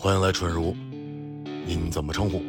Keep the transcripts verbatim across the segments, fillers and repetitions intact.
欢迎来春如，您怎么称呼？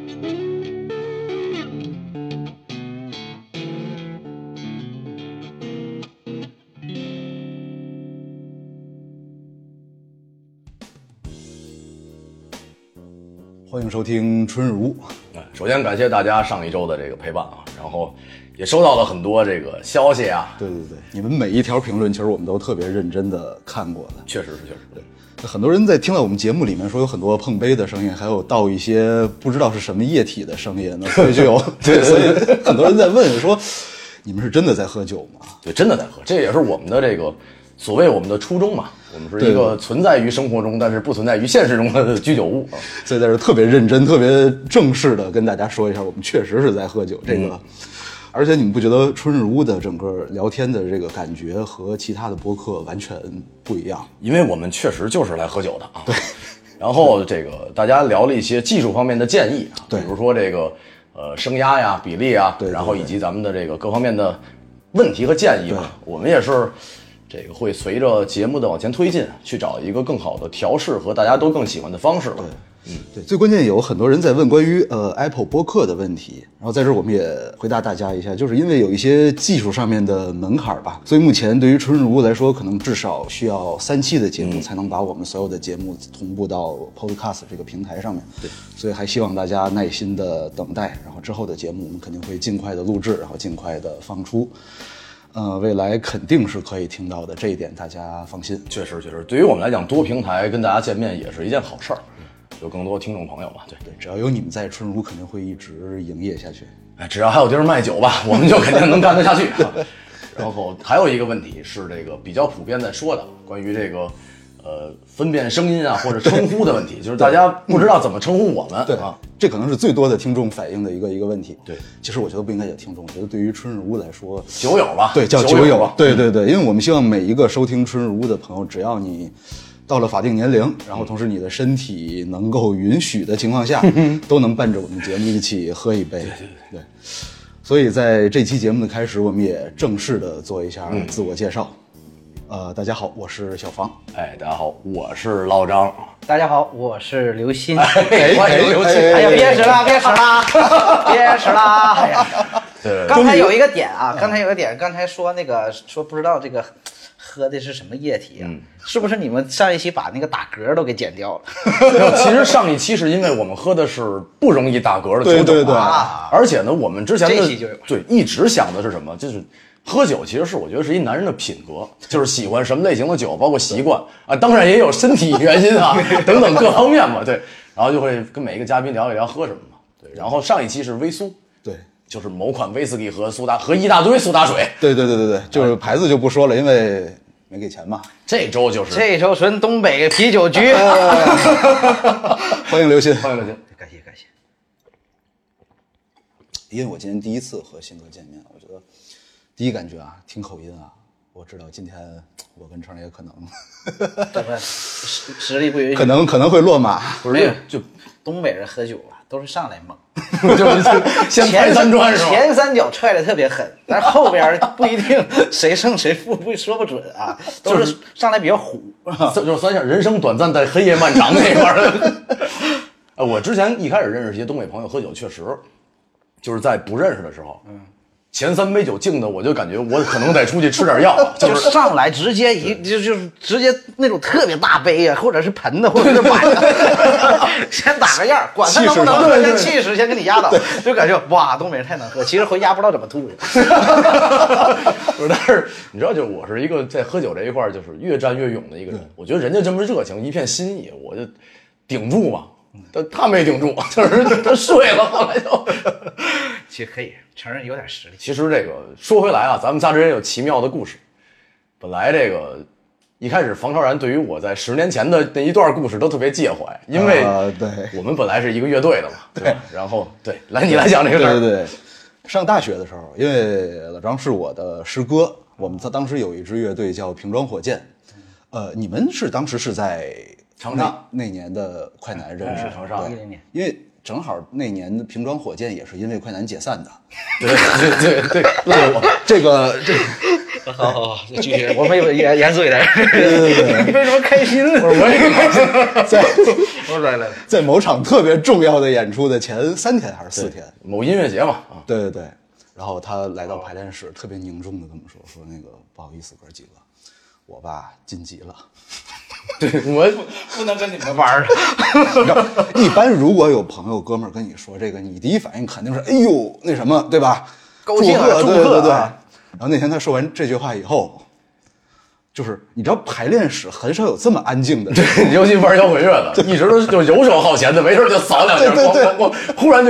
欢迎收听春如。 首先感谢大家上一周的这个陪伴啊，然后也收到了很多这个消息啊。 对对对，你们每一条评论其实我们都特别认真的看过的。 确实是，确实是。 对，很多人在听到我们节目里面说有很多碰杯的声音，还有倒一些不知道是什么液体的声音呢，所以就有对，所以很多人在问说，你们是真的在喝酒吗？ 对，真的在喝，这也是我们的这个所谓我们的初衷嘛。我们是一个存在于生活中但是不存在于现实中的居酒屋， 所以在这特别认真特别正式的跟大家说一下，我们确实是在喝酒。这个、嗯、而且你们不觉得春日屋的整个聊天的这个感觉和其他的播客完全不一样？ 因为我们确实就是来喝酒的啊。 对， 然后这个大家聊了一些技术方面的建议啊， 对， 比如说这个呃声压呀、比例啊， 对对对， 然后以及咱们的这个各方面的问题和建议嘛，我们也是这个会随着节目的往前推进，去找一个更好的调试和大家都更喜欢的方式吧。 对，嗯，对，最关键有很多人在问关于呃 Apple 播客的问题，然后在这儿我们也回答大家一下，就是因为有一些技术上面的门槛吧，所以目前对于春日屋来说，可能至少需要三期的节目才能把我们所有的节目同步到 Podcast 这个平台上面。 对， 所以还希望大家耐心的等待，然后之后的节目我们肯定会尽快的录制，然后尽快的放出。呃，未来肯定是可以听到的，这一点大家放心。 确实，确实，对于我们来讲，多平台跟大家见面也是一件好事儿，有更多听众朋友嘛。对对，只要有你们在，春如肯定会一直营业下去。 哎，只要还有地儿卖酒吧，我们就肯定能干得下去。然后还有一个问题是这个比较普遍在说的，关于这个呃分辨声音啊或者称呼的问题，就是大家不知道怎么称呼我们。 对啊， 这可能是最多的听众反映的一个一个问题。 对， 其实我觉得不应该叫听众，我觉得对于春日屋来说， 酒友吧， 对，叫酒友。 友对对对，因为我们希望每一个收听春日屋的朋友，只要你到了法定年龄，然后同时你的身体能够允许的情况下，都能伴着我们节目一起喝一杯。 对对对。 对，所以在这期节目的开始，我们也正式的做一下自我介绍。嗯、呃，大家好，我是小房。 哎，大家好，我是老张。 大家好，我是刘鑫。 哎，欢迎刘鑫。 哎呀，别使了，别使了，别使了！哎呀， 对， 刚才有一个点啊，刚才有个点，刚才说那个说不知道这个喝的是什么液体啊？嗯、是不是你们上一期把那个打嗝都给剪掉了？ 其实上一期是因为我们喝的是不容易打嗝的酒种， 对对对， 啊、而且呢，我们之前的这期就有对一直想的是什么，就是。喝酒其实是我觉得是一男人的品格，就是喜欢什么类型的酒，包括习惯啊，当然也有身体原因啊，等等各方面嘛，对。然后就会跟每一个嘉宾聊一聊喝什么嘛，对。然后上一期是微苏， 对， 就是某款威士忌和苏打和一大堆苏打水， 对对对对对，就是牌子就不说了，因为没给钱嘛。 这周就是这周纯东北啤酒局， 欢迎刘鑫， 欢迎刘鑫， 感谢感谢。 因为我今天第一次和鑫哥见面，我觉得。第一感觉啊，听口音啊，我知道今天我跟程也可能， 这个实实力不允许， 可能可能会落马。 不是， 就东北人喝酒啊，都是上来猛， 就是先拍三砖是吧？ 前三脚踹的特别狠，但是后边不一定谁胜谁负，不说不准啊，都是上来比较虎， 就是算一下人生短暂，但黑夜漫长那块儿。呃，我之前一开始认识一些东北朋友喝酒，确实就是在不认识的时候，嗯。前三杯酒敬的，我就感觉我可能得出去吃点药了， 就是、就上来直接一就就是直接那种特别大杯啊，或者是盆的，或者是碗的，先打个样，管他能不能喝，先气势先给你压倒，就感觉哇，东北人太能喝，其实回家不知道怎么吐。 不是，但是你知道，就我是一个在喝酒这一块就是越战越勇的一个人，我觉得人家这么热情，一片心意，我就顶住嘛。但他没顶住，就是他睡了，后来就。 其实可以承认有点实力。 其实这个说回来啊，咱们仨之间有奇妙的故事。本来这个一开始房超然对于我在十年前的那一段故事都特别介怀，因为我们本来是一个乐队的嘛，对吧？然后对，来你来讲这个事儿。 对对对，上大学的时候，因为老张是我的师哥，我们他当时有一支乐队叫瓶装火箭。呃，你们是当时是在长沙那, 那年的快男认识长沙， 因为。正好那年的瓶装火箭也是因为快男解散的， 对对对对，赖我这个这个好好好，继续，我们严严肃一点。你为什么开心了？ 我也开心。 在我来来， 在某场特别重要的演出的前三天还是四天， 某音乐节嘛啊， 对对对。然后他来到排练室，特别凝重的跟我们说：“说那个不好意思，哥几个，我吧晋级了。” 对我不能跟你们玩了。 一般如果有朋友哥们儿跟你说这个，你第一反应肯定是哎呦那什么，对吧？ 高兴啊， 祝贺，对对对。 啊、 然后那天他说完这句话以后，就是你知道排练室很少有这么安静的， 对，尤其玩摇滚乐的，一直都就游手好闲的，没事就扫两下， 对对对， 我忽然就，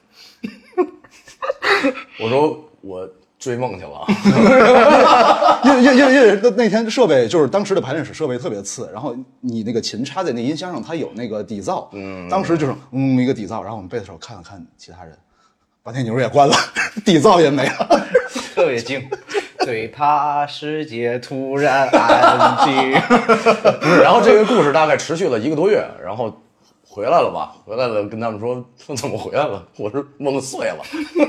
我说我追梦去了， 因因因因为那天设备就是当时的排练室设备特别次，然后你那个琴插在那音箱上，它有那个底噪，嗯，当时就是嗯一个底噪，然后我们贝斯手看了看其他人，把那钮也关了，底噪也没了， 特别静。最怕世界突然安静。 不是，然后这个故事大概持续了一个多月，然后回来了吧？回来了，跟他们说说怎么回来了？我说梦碎了。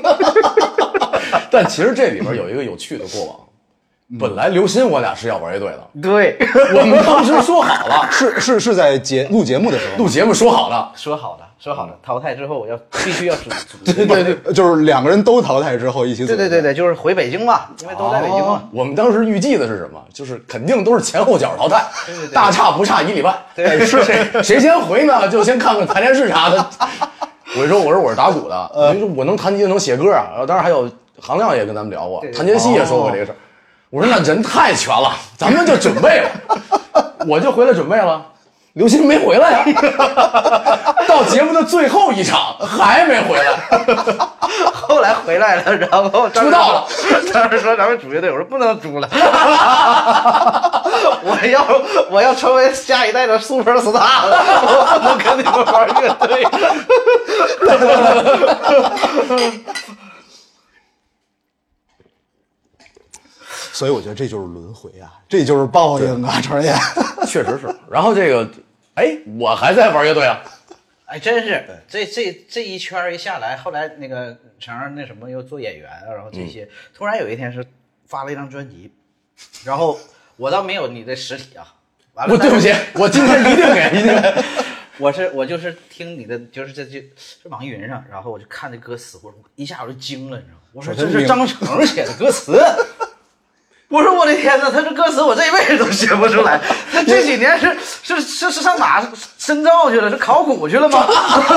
但其实这里边有一个有趣的过往。本来刘鑫我俩是要玩乐队的， 对， 我们当时说好了， 是是是在节录节目的时候， 录节目说好的， 说好的，说好的，淘汰之后我要必须要组组， 对对对， 就是两个人都淘汰之后一起组， 对对对对，就是回北京嘛，因为都在北京嘛。 哦、我们当时预计的是什么？就是肯定都是前后脚淘汰， 对对对， 大差不差一礼拜。 对， 是谁谁先回呢？就先看看排练室啥的。我就说我说我是打鼓的，我说我能弹吉能写歌啊，然后当然还有杭亮也跟咱们聊过， 对对谭杰希也说过这个事儿。哦我说那人太全了，咱们就准备了，我就回来准备了，刘鑫没回来呀，到节目的最后一场还没回来， 后来回来了，然后出道了， 当时说咱们主乐队，我说不能组了，我要我要成为下一代的 super star 了，我不能跟你们玩乐队。 所以我觉得这就是轮回啊，这就是报应啊，传言。 确实是。然后这个，哎，我还在玩乐队啊， 哎，真是这这这一圈一下来，后来那个成那什么又做演员啊，然后这些，嗯、突然有一天是发了一张专辑，然后我倒没有你的实体啊，完了， 我对不起，我今天一定给，一定给。 我是我就是听你的，就是这这是网易云上，然后我就看这歌词，我说一下我就惊了，你知道吗？我说这是张成写的歌词。我说我的天哪，他这歌词我这一辈子都写不出来。他这几年是是是是上哪深造去了？是考古去了吗？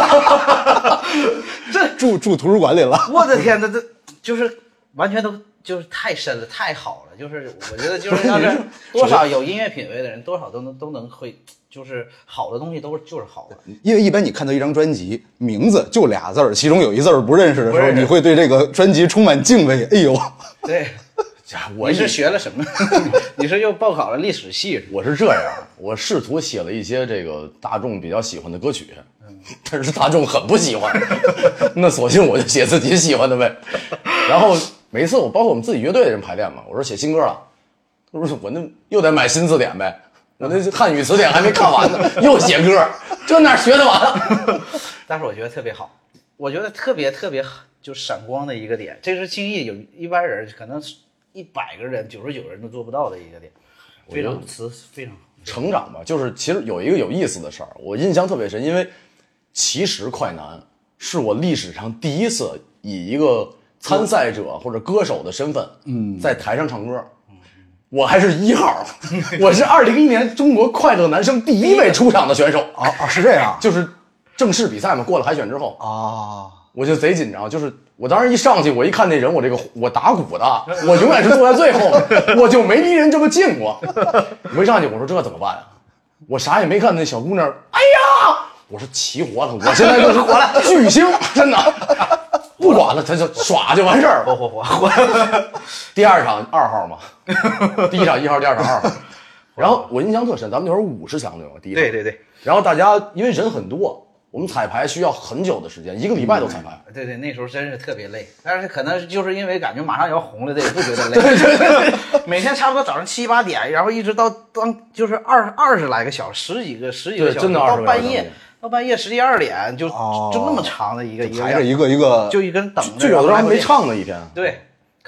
这住住图书馆里了。 我的天哪，这就是完全都就是太深了，太好了。就是我觉得就是要是多少有音乐品味的人，多少都能都能会，就是好的东西都是就是好的。 因为一般你看到一张专辑名字就俩字儿，其中有一字儿不认识的时候，你会对这个专辑充满敬畏。哎呦， 对。 我你是学了什么？你是又报考了历史系？ 我是这样，我试图写了一些这个大众比较喜欢的歌曲，但是大众很不喜欢，那索性我就写自己喜欢的呗。然后每次我包括我们自己乐队的人排练嘛，我说写新歌了，他说我那又得买新字典呗，我那汉语词典还没看完呢，又写歌，这哪学得完？ 但是我觉得特别好，我觉得特别特别就闪光的一个点，这是轻易有一般人可能一百个人九十九人都做不到的一个点，非常词非常成长吧。就是其实有一个有意思的事儿，我印象特别深，因为其实快男是我历史上第一次以一个参赛者或者歌手的身份，嗯，在台上唱歌。我还是一号，我是二零一一年中国快乐男声第一位出场的选手啊啊，是这样， 就是正式比赛嘛，过了海选之后啊， 我就贼紧张，就是我当时一上去，我一看那人，我这个我打鼓的，我永远是坐在最后面，我就没离人这么近过。我一上去，我说这怎么办啊？我啥也没看，那小姑娘，哎呀，我说齐活了，我现在就是活了巨星，真的。不管了，他就耍就完事儿了。 活活活活。 第二场二号嘛，第一场一号，第二场二号。然后我印象特深，咱们那会儿五十强对吗？第一场。 对对对。 然后大家因为人很多，我们彩排需要很久的时间，一个礼拜都彩排。 嗯、对对，那时候真是特别累，但是可能就是因为感觉马上要红了，这也不觉得累。 对对对。 每天差不多早上七八点，然后一直到当就是二二十来个小时，十几个十几个小时， 真的到半夜。到半夜十一二点就、哦、就那么长的一个一个排着一个一个， 就一个人等着， 就有的时候还没唱呢一天。 对，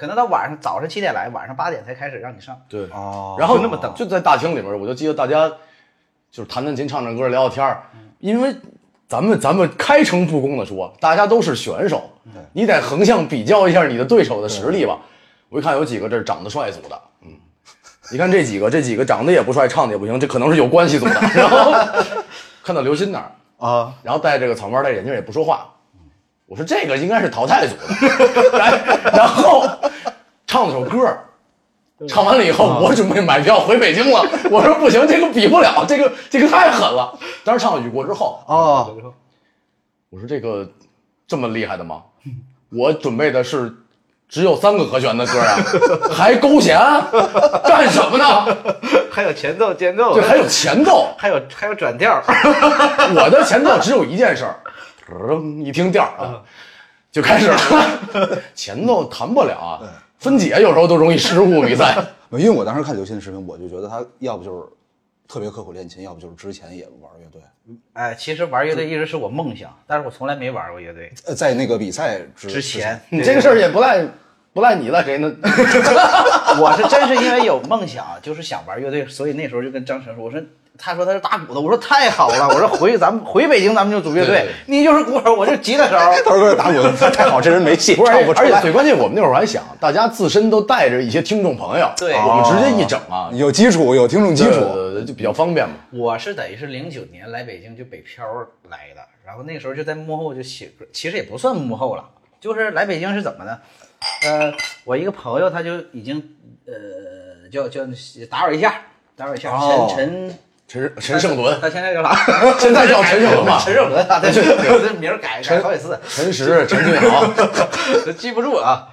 可能到晚上早上七点来，晚上八点才开始让你上。 对哦， 然后就那么等就在大厅里面，我就记得大家就是弹弹琴、唱唱歌、聊聊天儿，因为咱们咱们开诚布公的说，大家都是选手，你得横向比较一下你的对手的实力吧。我一看有几个这是长得帅组的，嗯，你看这几个，这几个长得也不帅，唱的也不行，这可能是有关系组的。然后看到刘鑫那儿啊， 然后戴这个草帽戴眼镜也不说话，我说这个应该是淘汰组的。然后唱了首歌，唱完了以后，我准备买票回北京了。我说不行，这个比不了，这个这个太狠了。当时唱了《雨过之后》 哦， 我说这个这么厉害的吗？我准备的是只有三个和弦的歌啊，还勾弦，干什么呢？ 还有前奏、间奏， 对，还有前奏， 还有还有转调。 我的前奏只有一件事儿，一听调啊，就开始了。前奏弹不了啊，分解有时候都容易失误。比赛， 因为我当时看刘鑫的视频，我就觉得他要不就是特别刻苦练琴，要不就是之前也玩乐队。 哎，其实玩乐队一直是我梦想，但是我从来没玩过乐队。 呃，在那个比赛之之前， 你这个事儿也不赖不赖你了，谁呢？ 我是真是因为有梦想，就是想玩乐队，所以那时候就跟张晨说，我说。他说他是打鼓的，我说太好了，我说回咱们回北京咱们就组乐队，对对对，你就是鼓手，我就吉他手。 他说打鼓太好，这人没戏， 不是， 唱不出来。 而且最关键，我们那会儿还想，大家自身都带着一些听众朋友， 对， 我们直接一整啊， 有基础，有听众基础， 对对对，就比较方便嘛。 我是等于是零九年来北京就北漂来的，然后那时候就在幕后就写歌，其实也不算幕后了，就是来北京是怎么呢？呃，我一个朋友他就已经呃叫叫打扰一下，打扰一下， 哦、 陈陈。 陈陈胜伦， 他现在叫啥？ 现在叫陈胜伦吧？ 陈胜伦啊，对对对，这名改改好几次。 陈实、陈俊豪， 记不住啊。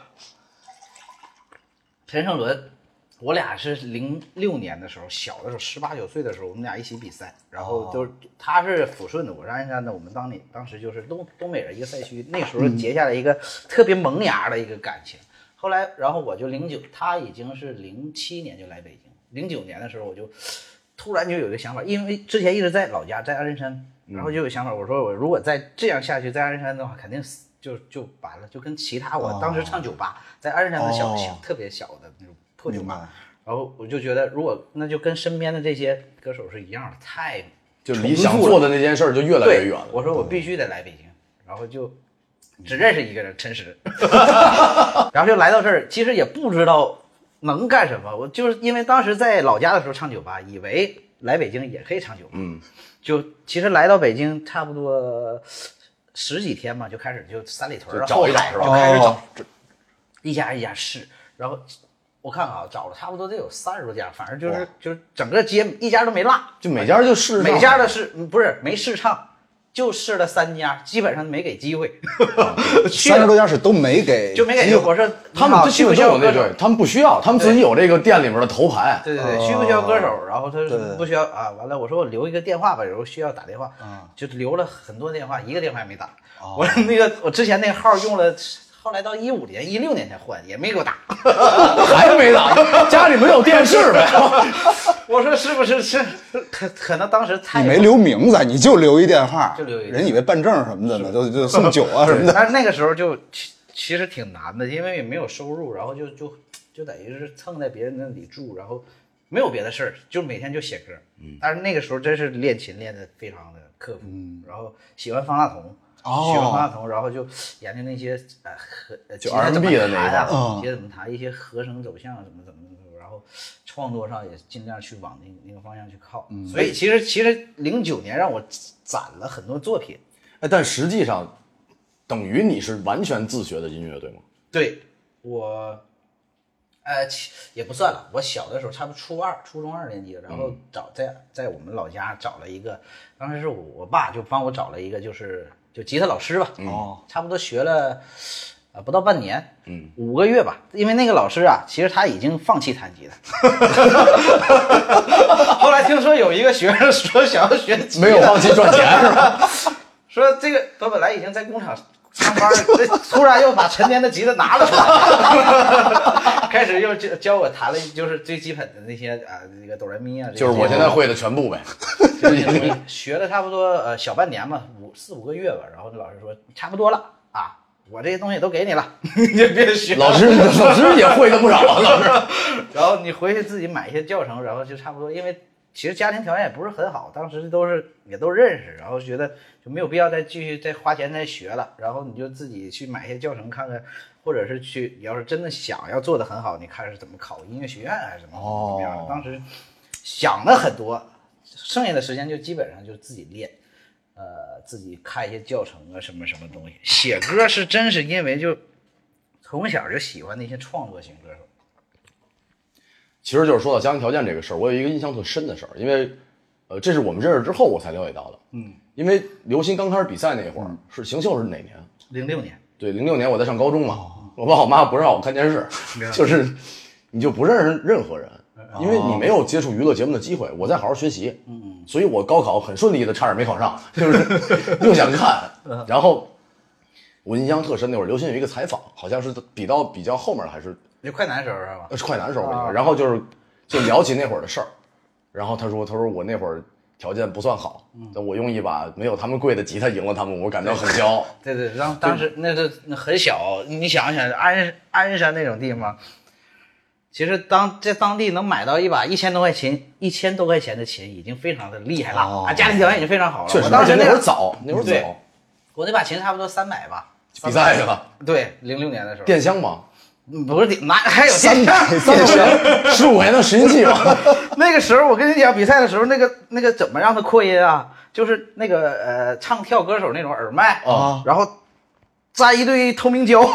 陈胜伦，我俩是零六年的时候，小的时候，十八九岁的时候，我们俩一起比赛，然后都他是抚顺的，我是鞍山的，我们当年当时就是东东北人一个赛区，那时候结下来一个特别萌芽的一个感情。后来，然后我就零九，他已经是零七年就来北京，零九年的时候我就。突然就有一个想法，因为之前一直在老家，在鞍山，然后就有想法，我说我如果再这样下去，在鞍山的话，肯定就就完了，就跟其他我当时唱酒吧，在鞍山的小小、哦、特别小的那种破酒吧，然后我就觉得，如果那就跟身边的这些歌手是一样的，太就离想做的那件事就越来越远了。 我说我必须得来北京，然后就只认识一个人，陈实，然后就来到这儿，其实也不知道。能干什么？我就是因为当时在老家的时候唱酒吧，以为来北京也可以唱酒吧。嗯，就其实来到北京差不多十几天嘛，就开始就三里屯就找一找是吧？ 就开始找， 哦、 一家一家试。然后我看啊，找了差不多得有三十多家，反正就是就是整个街一家都没落， 就每家就试， 每家的试不是没试唱。就试了三家，基本上没给机会。 三十多家是都没给， 就没给。我说他们就基本上有那对，他们不需要，他们自己有这个店里面的头牌。 对对对，需不需要歌手？然后他说不需要啊。完了，我说我留一个电话吧，有时候需要打电话，就留了很多电话，一个电话也没打。我那个我之前那个号用了。后来到一五年、一六年才换，也没给我打， 还没打，家里没有电视呗。 我说是不是是可可能当时太你没留名字，你就留一电话， 就留一人以为办证什么的呢，就就送酒啊什么的。 但是那个时候就其其实挺难的，因为也没有收入，然后就就就等于是蹭在别人那里住，然后没有别的事儿，就每天就写歌。嗯，但是那个时候真是练琴练得非常的刻苦，嗯，然后喜欢方大同。 哦， 学完方大同，然后就研究那些呃和就 R and B 的那个，嗯，接怎么弹一些和声走向怎么怎么怎么，然后创作上也尽量去往那那个方向去靠。嗯，所以其实其实零九年让我攒了很多作品， 哎，但实际上等于你是完全自学的音乐，对吗？ 对，我，呃，也不算了，我小的时候差不多初二、初中二年级，然后找在在我们老家找了一个，当时是我我爸就帮我找了一个就是。就吉他老师吧，哦，差不多学了，呃，不到半年，嗯，五个月吧。因为那个老师啊，其实他已经放弃弹吉他。后来听说有一个学生说想要学吉他， 没有放弃赚钱是吧？ 说这个他本来已经在工厂上班，突然又把陈年的吉他拿了出来，开始又教教我弹了，就是最基本的那些啊，那个哆来咪啊， 就是我现在会的全部呗。 学了差不多呃小半年吧，五四五个月吧，然后那老师说差不多了啊， 我这些东西都给你了，你就别学了。 老师老师也会的不少啊，老师。 然后你回去自己买一些教程，然后就差不多，因为其实家庭条件也不是很好，当时都是也都认识，然后觉得就没有必要再继续再花钱再学了，然后你就自己去买一些教程看看，或者是去，你要是真的想要做得很好，你看是怎么考音乐学院还是怎么怎么样的。当时想了很多，剩下的时间就基本上就自己练。呃，自己看一些教程啊，什么什么东西。写歌是真是因为就从小就喜欢那些创作型歌手。 其实就是说到家庭条件这个事儿，我有一个印象特深的事儿，因为呃，这是我们认识之后我才了解到的。嗯，因为刘鑫刚开始比赛那会儿、嗯、是行秀是哪年？ 零六年。 对，零六年我在上高中嘛，哦、我爸我妈不让我看电视，就是你就不认识任何人。因为你没有接触娱乐节目的机会，我在好好学习，嗯，所以我高考很顺利的，差点没考上，就是又想看。然后我印象特深，那会儿刘鑫有一个采访，好像是比到比较后面还是那快男时候是吧？ 是快男时候吧。然后就是就聊起那会儿的事儿，然后他说他说我那会儿条件不算好，但我用一把没有他们贵的吉他赢了他们，我感到很骄傲。 对对，当当时那是很小，你想想鞍鞍山那种地方。其实当在当地能买到一把一千多块钱、一千多块钱的琴，已经非常的厉害了、哦、啊！家庭条件已经非常好了。 确实， 我当时那会儿早，那会儿早。 我那把琴差不多三百吧。 比赛去了。 对，零六年的时候。 电箱吗？ 不是，哪还有电箱？ 三百十五块钱的拾音器吗？ 那个时候我跟你讲，比赛的时候那个那个怎么让它扩音啊？就是那个呃唱跳歌手那种耳麦啊、哦，然后粘一堆透明胶。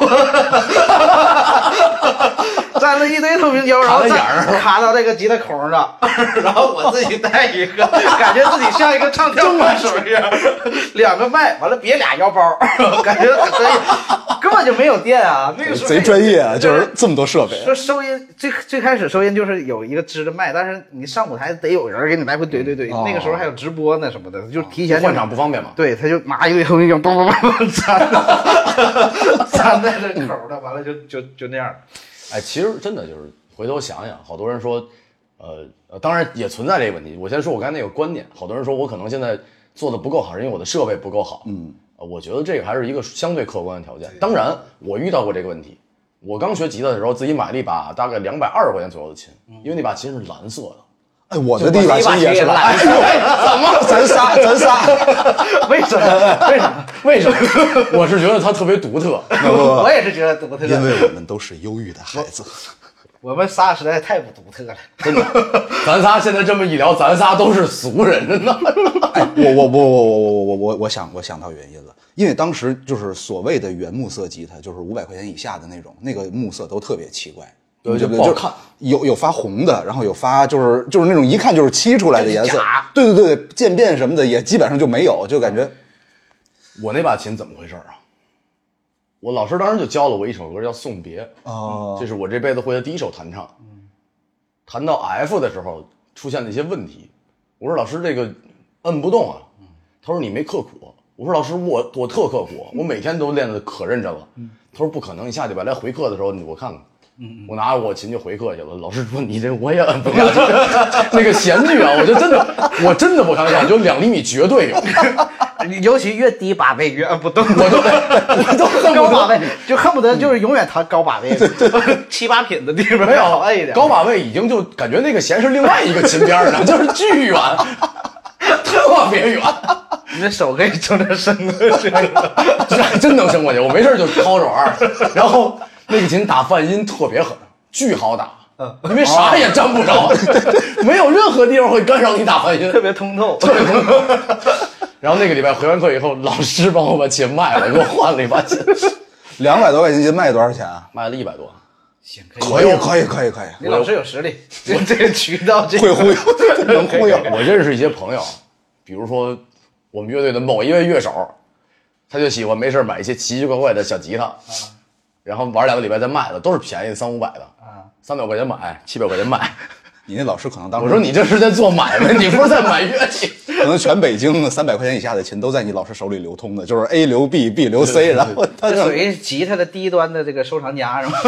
粘了一堆透明胶，然后卡到这个吉他孔上，然后我自己带一个，感觉自己像一个唱跳歌手一样，两个麦，完了别俩腰包，感觉很专业，根本就没有电啊。那个时候贼专业啊，就是这么多设备。 说收音最最开始收音就是有一个支着麦，但是你上舞台得有人给你来回怼怼怼。哦、那个时候还有直播呢什么的，就提前换场不方便嘛。 对，他就拿一堆透明胶，梆梆梆梆粘，粘在这口的，完了就就就那样。 哎，其实真的就是回头想想，好多人说，呃呃，当然也存在这个问题。我先说我刚才那个观点，好多人说我可能现在做的不够好，是因为我的设备不够好。嗯，呃，我觉得这个还是一个相对客观的条件。当然，我遇到过这个问题。我刚学吉他的时候，自己买了一把大概两百二十块钱左右的琴，因为那把琴是蓝色的。 哎，我的第一把琴也是蓝色。 怎么？ 咱仨，咱仨， 为什么？为什么？ 为什么？我是觉得它特别独特。 我也是觉得独特。 因为我们都是忧郁的孩子。 我们仨实在太不独特了， 真的。咱仨现在这么一聊，咱仨都是俗人，真的。 哎，我我我我我我我我我想我想到原因了，因为当时就是所谓的原木色吉他，就是五百块钱以下的那种，那个木色都特别奇怪。 对， 就不好看，有有发红的，然后有发就是就是那种一看就是漆出来的颜色，对对对，渐变什么的也基本上就没有，就感觉。 我那把琴怎么回事啊？我老师当时就教了我一首歌叫《送别》， 哦， 这是我这辈子会的第一首弹唱。弹到 F 的时候出现了一些问题，我说老师这个摁不动啊，他说你没刻苦，我说老师我我特刻苦，我每天都练得可认真了，他说不可能，你下礼拜来回课的时候你我看看。嗯，我拿着我琴就回课去了。老师说：“你这我也摁不下去。”那个弦距啊，我就真的，我真的不开玩笑，就两厘米绝对有。 尤其越低把位越摁不动， 我就我都恨高把位，就恨不得就是永远弹高把位，七八品的地方没有好摁一点。 高把位已经就感觉那个弦是另外一个琴边上，就是巨远，特别远。 你这手可以从这伸过去， 这还真能伸过去。我没事就掏着玩，然后。那个琴打泛音特别狠，巨好打，因为啥也沾不着，没有任何地方会干扰你打泛音， 特别通透， 特别通透。然后那个礼拜回完课以后，老师帮我把琴卖了，给我换了一把琴， 两百多块钱琴卖多少钱啊？ 卖了一百多。 行， 可以，可以，可以，可以。 你老师有实力，这这个渠道这会忽悠，能忽悠。 我认识一些朋友，比如说我们乐队的某一位乐手，他就喜欢没事买一些奇奇怪怪的小吉他。然后玩两个礼拜再卖了，都是便宜的，三五百的，啊，三百块钱买，七百块钱卖。 你那老师可能当时我说你这是在做买卖，你不是在买乐器。 可能全北京三百块钱以下的琴都在你老师手里流通的，就是 A 流 B，B 流 C， 然后他属于吉他的低端的这个收藏家是吗？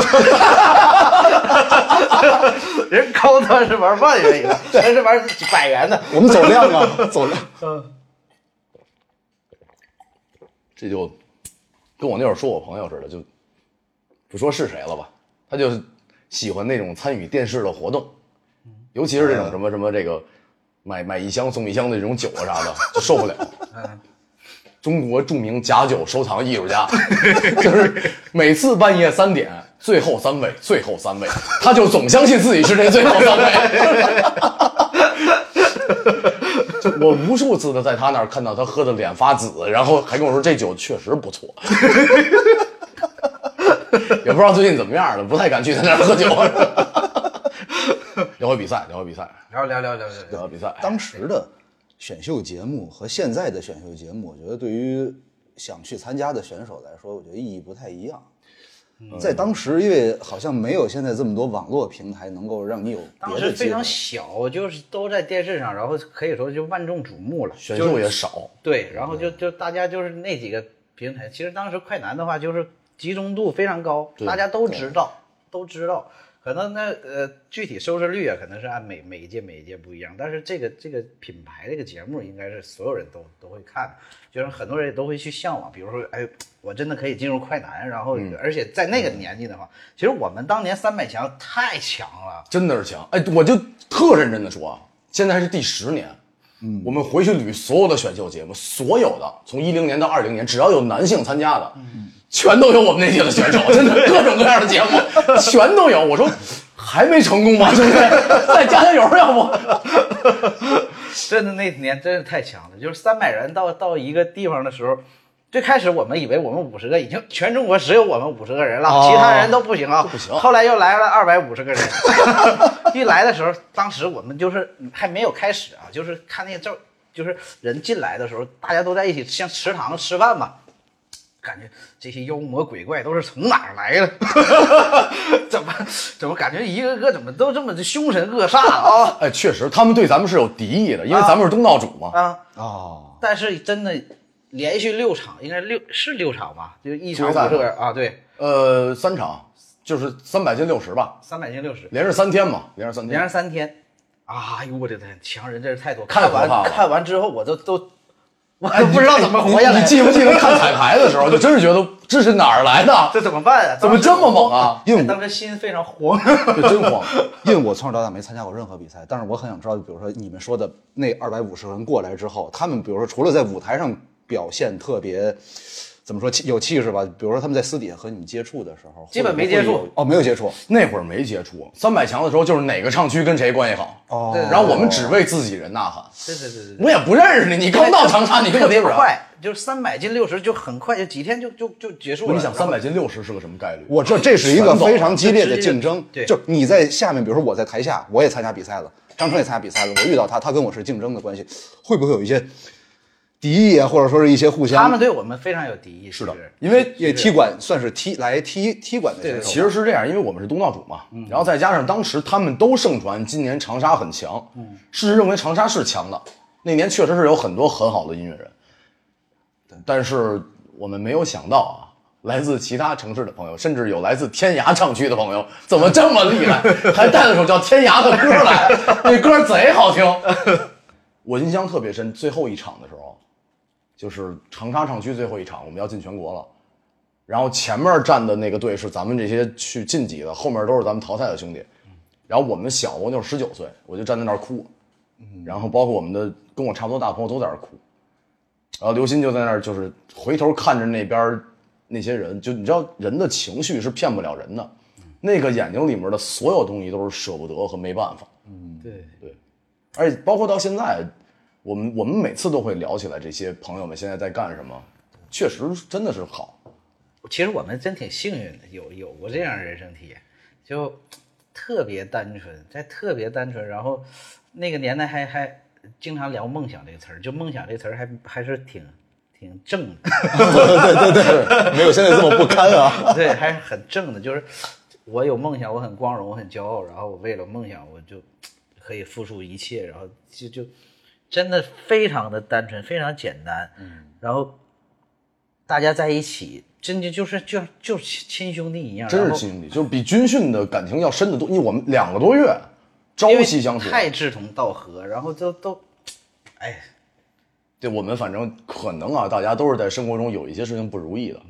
人高端是玩万元的，人是玩百元的。 我们走量啊，走量。 嗯，这就。跟跟我那会儿说我朋友似的，就不说是谁了吧，他就喜欢那种参与电视的活动，尤其是这种什么什么这个买买一箱送一箱的这种酒啊啥的，就受不了。中国著名假酒收藏艺术家，就是每次半夜三点，最后三位，最后三位，他就总相信自己是这最后三位。就我无数次的在他那儿看到他喝的脸发紫，然后还跟我说这酒确实不错。也不知道最近怎么样了，不太敢去他那儿喝酒。聊回比赛，聊回比赛， 聊聊聊聊聊聊聊比赛。 当时的选秀节目和现在的选秀节目，我觉得对于想去参加的选手来说，我觉得意义不太一样。嗯、在当时，因为好像没有现在这么多网络平台能够让你有别当的机会， 时非常小，就是都在电视上，然后可以说就万众瞩目了。 选秀也少， 对，然后就就大家就是那几个平台。其实当时快男的话，就是集中度非常高，大家都知道，都知道。可能那呃具体收视率啊，可能是按每每一届每一届不一样，但是这个这个品牌这个节目应该是所有人都都会看，就是很多人也都会去向往。比如说，哎，我真的可以进入快男，然后、嗯、而且在那个年纪的话，其实我们当年三百强太强了， 真的是强。哎，我就特认真的说啊，现在是第十年。嗯，我们回去捋所有的选秀节目，所有的从一零年到二零年，只要有男性参加的，嗯，全都有我们那届的选手，真的各种各样的节目全都有。我说还没成功吗，兄弟？再加加油，要不？ 真的那年真是太强了，就是三百人到到一个地方的时候。最开始我们以为我们五十个已经全中国只有我们五十个人了、哦，其他人都不行啊， 不行。 后来又来了二百五十个人，一来的时候，当时我们就是还没有开始啊，就是看那个照，就是人进来的时候，大家都在一起像食堂吃饭嘛，感觉这些妖魔鬼怪都是从哪儿来的？怎么怎么感觉一个个怎么都这么凶神恶煞啊？ 哎，确实，他们对咱们是有敌意的，因为咱们是东道主嘛。 啊哦， 但是真的。连续六场，应该六是六场吧，就一场五十个人啊，对， 呃，三场，就是三百进六十吧， 三百进六十， 连着三天嘛，连着三天， 连着三天，啊呦我的天，强人真是太多， 看完看完之后我都都，我都不知道怎么活下来。 你记不记得看彩排的时候，就真是觉得这是哪儿来的？ 这怎么办啊？ 怎么这么猛啊？ 因为当时心非常慌， 就真慌。 因为我从小到大没参加过任何比赛，但是我很想知道，比如说你们说的那二百五十人过来之后，他们比如说除了在舞台上表现特别怎么说有气势吧，比如说他们在私底下和你们接触的时候， 基本没接触哦，没有接触， 那会儿没接触。三百强的时候，就是哪个唱区跟谁关系好哦， 然后我们只为自己人呐喊。 对对对对， 我也不认识你，你刚到长沙，你跟我接触快，就是三百进六十就很快，就几天就就就结束了。 你想三百进六十是个什么概率？ 我这这是一个非常激烈的竞争， 对， 就你在下面，比如说我在台下，我也参加比赛了，张成也参加比赛了，我遇到他，他跟我是竞争的关系，会不会有一些？敌意啊，或者说是一些互相， 他们对我们非常有敌意。 是的，因为也踢馆算是踢来踢踢馆的选手。 其实是这样，因为我们是东道主嘛，嗯、然后再加上当时他们都盛传今年长沙很强，嗯，事实认为长沙是强的，那年确实是有很多很好的音乐人，但是我们没有想到啊，来自其他城市的朋友，甚至有来自天涯唱区的朋友，怎么这么厉害，还带了首叫《天涯》的歌来，那歌贼好听。我印象特别深，最后一场的时候。就是长沙唱区最后一场，我们要进全国了，然后前面站的那个队是咱们这些去晋级的，后面都是咱们淘汰的兄弟。然后我们小，我那会儿十九岁，我就站在那儿哭，然后包括我们的跟我差不多大朋友都在那儿哭，然后刘鑫就在那儿就是回头看着那边那些人，就你知道人的情绪是骗不了人的，那个眼睛里面的所有东西都是舍不得和没办法。 嗯，对对，而且包括到现在。我们我们每次都会聊起来这些朋友们现在在干什么，确实真的是好。 其实我们真挺幸运的，有有过这样的人生体验，就特别单纯，在特别单纯，然后那个年代还还经常聊梦想这个词儿，就梦想这个词儿还还是挺挺正的。 对对对，没有现在这么不堪啊。 对，还是很正的，就是我有梦想，我很光荣，我很骄傲，然后我为了梦想，我就可以付出一切，然后就就。真的非常的单纯，非常简单，嗯，然后大家在一起，真的就是就就亲兄弟一样， 真是亲兄弟，就是比军训的感情要深得多。因为我们两个多月朝夕相处， 太志同道合，然后都都，哎， 对我们反正可能啊，大家都是在生活中有一些事情不如意的，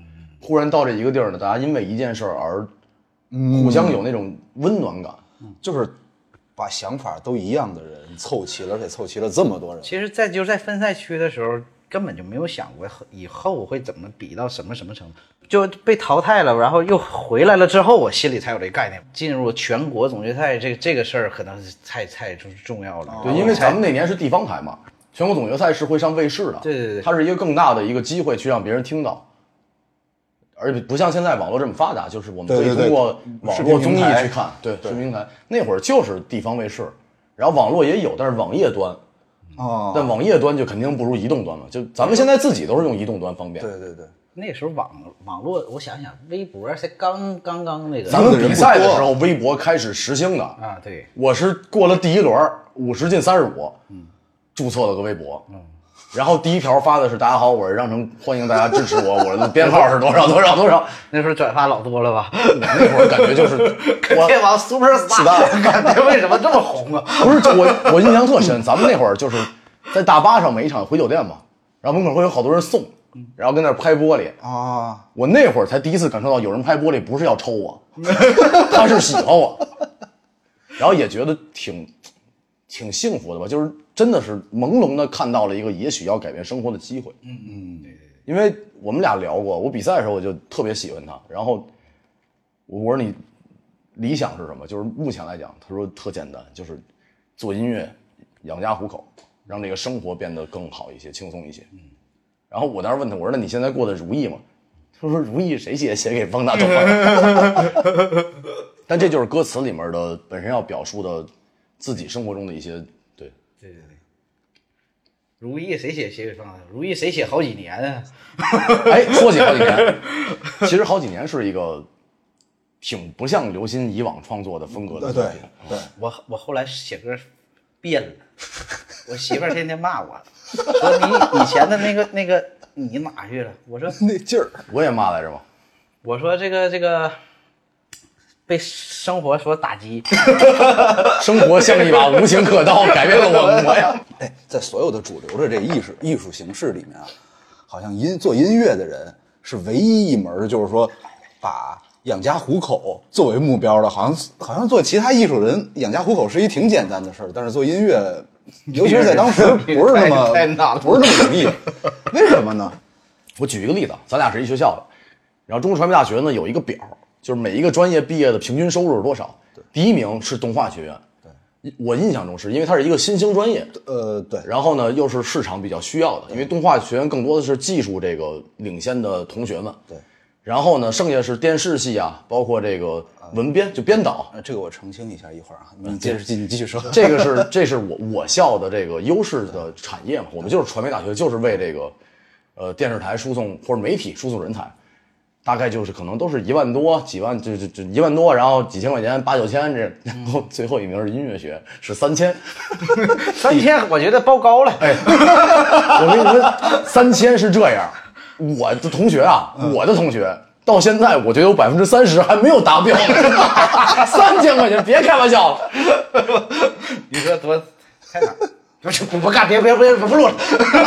忽然到这一个地儿呢，大家因为一件事儿而互相有那种温暖感， 嗯、就是把想法都一样的人凑齐了，而且凑齐了这么多人。 其实在，就是在分赛区的时候，根本就没有想过以后会怎么比到什么什么程度，就被淘汰了，然后又回来了之后，我心里才有这个概念。进入全国总决赛这个这个事儿，可能是太太重要了。 对，因为咱们那年是地方台嘛，全国总决赛是会上卫视的， 对对对， 它是一个更大的一个机会去让别人听到。而且不像现在网络这么发达，就是我们可以通过网络综艺去看，对视频平台。那会儿就是地方卫视，然后网络也有，但是网页端， 哦， 但网页端就肯定不如移动端嘛。就咱们现在自己都是用移动端方便。 对对对， 那时候网网络，我想想，微博才刚刚刚那个。 咱们比赛的时候，微博开始实行的啊，对， 我是过了第一轮五十进三十五，嗯，注册了个微博，嗯。然后第一条发的是大家好，我是让成，欢迎大家支持我，我的编号是多少多少多少。 那时候转发老多了吧？ 我那会儿感觉就是我天王 super star， 感觉为什么这么红啊？ 不是我我印象特深，咱们那会儿就是在大巴上每一场回酒店嘛，然后门口会有好多人送，然后跟那儿拍玻璃啊。 我那会儿才第一次感受到有人拍玻璃不是要抽我，他是喜欢我，然后也觉得挺挺幸福的吧，就是真的是朦胧的看到了一个也许要改变生活的机会。 嗯嗯，对对对。 因为我们俩聊过，我比赛的时候我就特别喜欢他，然后我说你理想是什么？就是目前来讲，他说特简单，就是做音乐养家糊口，让这个生活变得更好一些，轻松一些。嗯。然后我当时问他，我说那你现在过得如意吗？他说如意谁写写给方大同了？但这就是歌词里面的本身要表述的自己生活中的一些对对对对。如意谁写写给方大同？如意谁写好几年啊？ 哎，说起好几年，其实好几年是一个挺不像刘鑫以往创作的风格的作品。 对，对我我后来写歌变了，我媳妇儿天天骂我，说你以前的那个那个你哪去了？我说那劲儿， 我也骂来着嘛。 我说这个这个被生活所打击， 生活像一把无情刻刀，改变了我模样。 哎，在所有的主流的这艺术艺术形式里面啊，好像音做音乐的人是唯一一门，就是说把养家糊口作为目标的，好像好像做其他艺术人养家糊口是一挺简单的事儿，但是做音乐，尤其是在当时不是那么太难了， 不是那么容易。为什么呢？ 我举一个例子，咱俩是一学校的，然后中国传媒大学呢有一个表，就是每一个专业毕业的平均收入是多少。第一名是动画学院，对，我印象中是因为它是一个新兴专业， 呃，对， 然后呢又是市场比较需要的，因为动画学院更多的是技术这个领先的同学们， 对。 然后呢，剩下是电视系啊，包括这个文编，就编导。 这个我澄清一下，一会儿啊，你接着继你继续说。 这个是这是我我校的这个优势的产业嘛，我们就是传媒大学，就是为这个呃电视台输送或者媒体输送人才，大概就是可能都是一万多、几万，就就就一万多，然后几千块钱、八九千这，然后最后一名是音乐学，是三千， 三千我觉得报高了。 哎，我跟你说，三千是这样。我的同学啊，嗯、我的同学到现在，我觉得有百分之三十还没有达标。三千块钱，别开玩笑了。 你说多太难，不是不干，别别别不录了，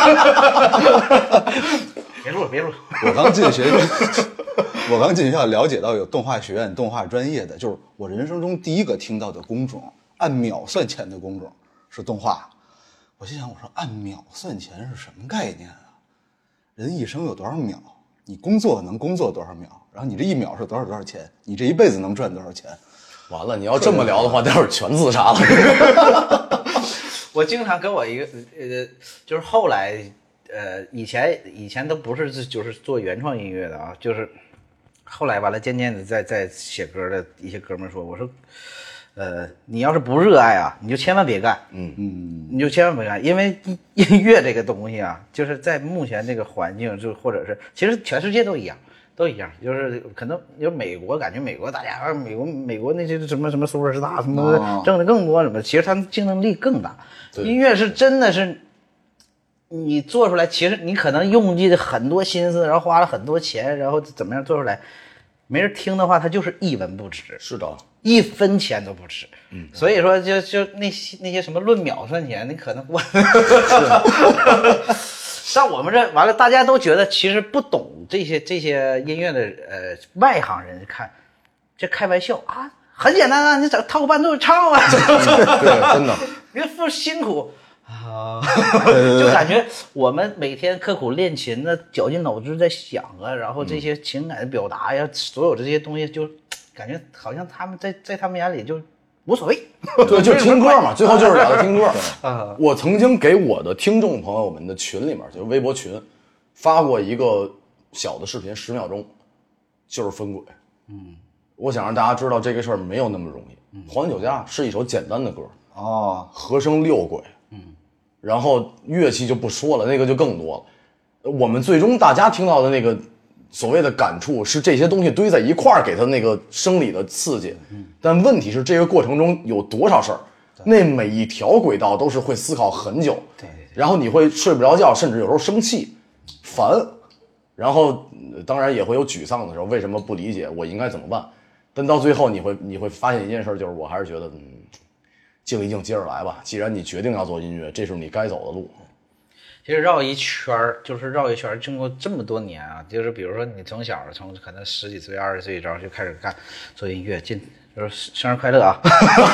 别录了，别录了。 我刚进学校，我刚进学校了解到有动画学院、动画专业的，就是我人生中第一个听到的工种，按秒算钱的工种是动画。我心想，我说按秒算钱是什么概念啊？人一生有多少秒？你工作能工作多少秒？然后你这一秒是多少多少钱？你这一辈子能赚多少钱？ 完了，你要这么聊的话，待会儿全自杀了。 我经常跟我一个呃，就是后来呃，以前以前都不是就是做原创音乐的啊，就是后来完了，渐渐的在在写歌的一些哥们说，我说。呃，你要是不热爱啊，你就千万别干，嗯嗯，你就千万别干，因为音乐这个东西啊，就是在目前这个环境，就或者是其实全世界都一样，都一样，就是可能就是美国，感觉美国大家美国美国那些什么什么 super star 什么挣的更多什么，其实他们竞争力更大。音乐是真的是你做出来，其实你可能用尽很多心思，然后花了很多钱，然后怎么样做出来，没人听的话，它就是一文不值。 是的。 一分钱都不值，嗯，所以说就就那些那些什么论秒算钱，你可能我上我们这完了，大家都觉得其实不懂这些这些音乐的呃外行人看，这开玩笑啊，很简单啊，你整套个伴奏唱啊， 对，真的， 别不辛苦啊，就感觉我们每天刻苦练琴的，绞尽脑汁在想啊，然后这些情感的表达呀，所有这些东西就感觉好像他们在在他们眼里就无所谓， 对，就听歌嘛，最后就是聊听歌。 啊， 我曾经给我的听众朋友们的群里面，就是微博群，发过一个小的视频，十秒钟，就是分轨。嗯，我想让大家知道这个事儿没有那么容易。嗯，黄金酒家是一首简单的歌， 哦， 和声六轨，嗯，然后乐器就不说了，那个就更多了。我们最终大家听到的那个所谓的感触是这些东西堆在一块儿给他那个生理的刺激，但问题是这个过程中有多少事儿，那每一条轨道都是会思考很久， 对对对， 然后你会睡不着觉，甚至有时候生气、烦，然后当然也会有沮丧的时候，为什么不理解，我应该怎么办？但到最后你会你会发现一件事，就是我还是觉得，嗯，静一静，接着来吧。既然你决定要做音乐，这是你该走的路。 其实绕一圈儿，就是绕一圈儿，经过这么多年啊，就是比如说你从小从可能十几岁、二十岁，然后就开始干做音乐，进就是生日快乐啊！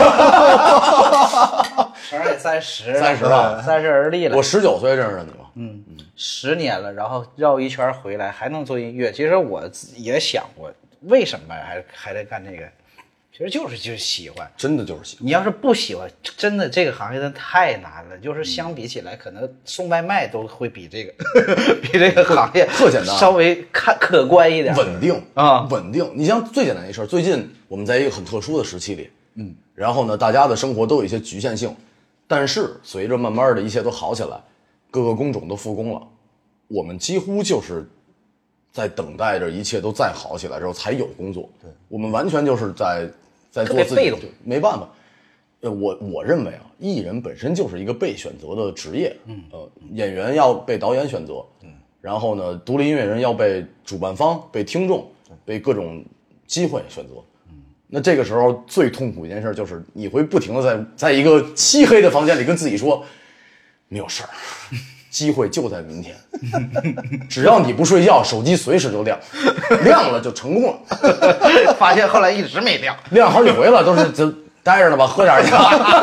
生日也三十， 三十了， 三十而立了。 我十九岁认识你嘛， 嗯，十年了，然后绕一圈回来还能做音乐。其实我也想过，为什么还还在干这个？其实就是就是喜欢， 真的就是喜欢。 你要是不喜欢，真的这个行业真的太难了。就是相比起来，可能送外卖都会比这个比这个行业特简单， 稍微看可观一点， 稳定啊， 稳定。你像最简单的一事，最近我们在一个很特殊的时期里，嗯，然后呢，大家的生活都有一些局限性，但是随着慢慢的一切都好起来，各个工种都复工了，我们几乎就是在等待着一切都再好起来之后才有工作。对，我们完全就是在。在做自己，没办法。呃，我我认为啊，艺人本身就是一个被选择的职业。嗯，呃，演员要被导演选择，嗯，然后呢，独立音乐人要被主办方、被听众、被各种机会选择。嗯，那这个时候最痛苦一件事就是你会不停的在在一个漆黑的房间里跟自己说，没有事儿。机会就在明天，只要你不睡觉，手机随时就亮，亮了就成功了。 发现后来一直没亮， 亮好几回了，都是就待着呢吧，喝点去。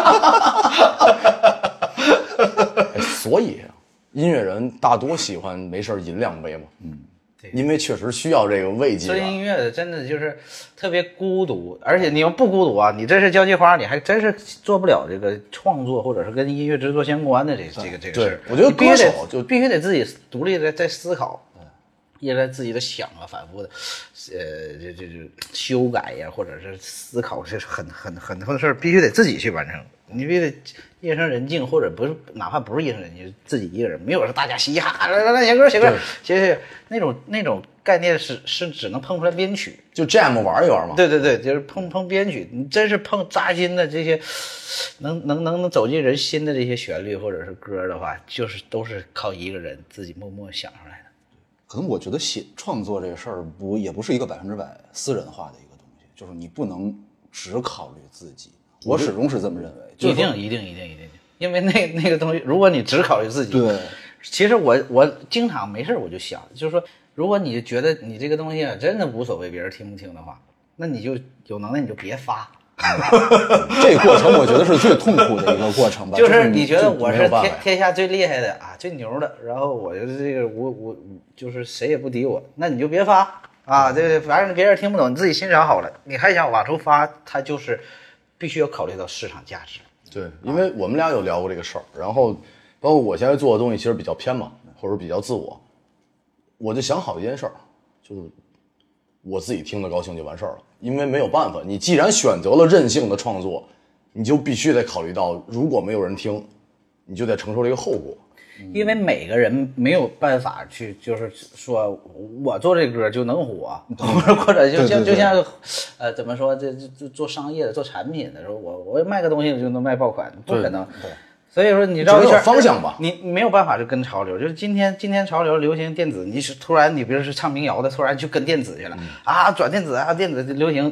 所以音乐人大多喜欢没事饮两杯嘛，嗯，因为确实需要这个慰藉。 做音乐的真的就是特别孤独，而且你要不孤独啊，你这是交际花，你还真是做不了这个创作或者是跟音乐制作相关的这这个这个事儿。 我觉得歌手就必须得自己独立的在思考，一直在自己的想啊，反复的，呃，这这这修改呀，或者是思考，这是很很很多事儿必须得自己去完成。你必须得夜深人静，或者不是，哪怕不是夜深人静，自己一个人，没有说大家嘻哈来来来写歌写歌，其实那种那种概念是是只能碰出来编曲， 就 jam 玩一玩嘛。 对对对，就是碰碰编曲，你真是碰扎心的这些，能能能能走进人心的这些旋律或者是歌的话，就是都是靠一个人自己默默想出来的。 可能我觉得写创作这个事儿不也不是一个百分之百私人化的一个东西，就是你不能只考虑自己。我始终是这么认为， 一定一定一定一定，因为那那个东西，如果你只考虑自己， 对， 其实我我经常没事我就想，就是说，如果你觉得你这个东西啊真的无所谓别人听不听的话，那你就有能耐你就别发。 这个过程我觉得是最痛苦的一个过程吧， 就是你觉得我是天天下最厉害的啊，最牛的，然后我就是这个我我就是谁也不敌我，那你就别发啊，这反正别人听不懂，你自己欣赏好了，你还想往出发，它就是必须要考虑到市场价值。 对，因为我们俩有聊过这个事儿，然后包括我现在做的东西其实比较偏嘛，或者比较自我，我就想好一件事儿，就是我自己听得高兴就完事儿了。因为没有办法，你既然选择了任性的创作，你就必须得考虑到，如果没有人听，你就得承受这个后果。 因为每个人没有办法去，就是说我做这歌就能火，或者或者就像就像，呃，怎么说，这这做商业的、做产品的时候，我我卖个东西就能卖爆款，不可能。对。所以说你绕一圈方向吧， 你没有办法是跟潮流，就是今天今天潮流流行电子，你是突然你比如是唱民谣的，突然就跟电子去了、嗯、啊，转电子啊，电子流行，